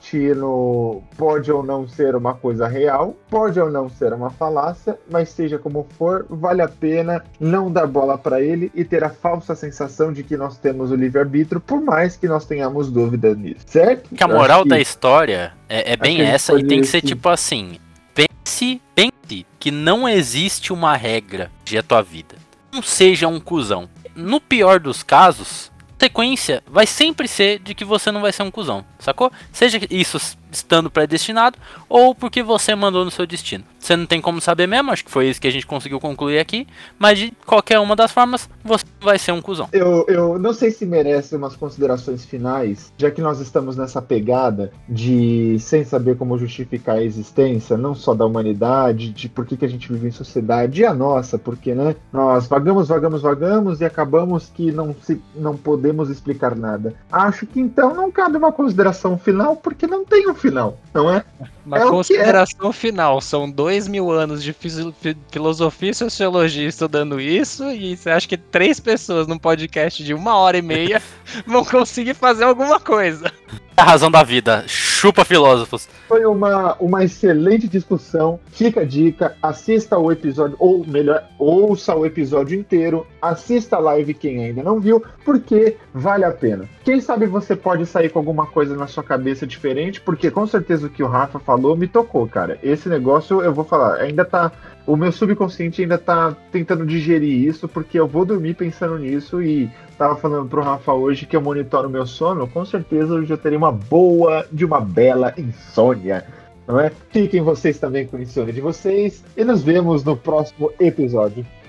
destino pode ou não ser uma coisa real, pode ou não ser uma falácia, mas seja como for, vale a pena não dar bola para ele e ter a falsa sensação de que nós temos o livre-arbítrio, por mais que nós tenhamos dúvida nisso, certo? Que a moral da história é bem essa, e tem que ser tipo assim: pense que não existe uma regra de a tua vida. Não seja um cuzão. No pior dos casos, a sequência vai sempre ser de que você não vai ser um cuzão, sacou? Seja isso estando predestinado ou porque você mandou no seu destino. Você não tem como saber mesmo, acho que foi isso que a gente conseguiu concluir aqui, mas de qualquer uma das formas, você vai ser um cuzão. Eu não sei se merece umas considerações finais, já que nós estamos nessa pegada de sem saber como justificar a existência, não só da humanidade, de por que a gente vive em sociedade, e a nossa, porque, né, nós vagamos e acabamos que não podemos explicar nada. Acho que então não cabe uma consideração final, porque não tem um final, não é? Uma consideração final, são 2000 anos de filosofia e sociologia estudando isso, e você acha que 3 pessoas num podcast de 1h30 vão conseguir fazer alguma coisa? É a razão da vida, chupa filósofos. Foi uma excelente discussão, fica a dica, assista o episódio, ou melhor, ouça o episódio inteiro, assista a live quem ainda não viu, porque vale a pena. Quem sabe você pode sair com alguma coisa na sua cabeça diferente, porque com certeza o que o Rafa falou me tocou, cara. Esse negócio, eu vou falar, ainda tá... O meu subconsciente ainda tá tentando digerir isso, porque eu vou dormir pensando nisso e tava falando pro Rafa hoje que eu monitoro o meu sono, com certeza eu já teria uma bela insônia, não é? Fiquem vocês também com a insônia de vocês e nos vemos no próximo episódio.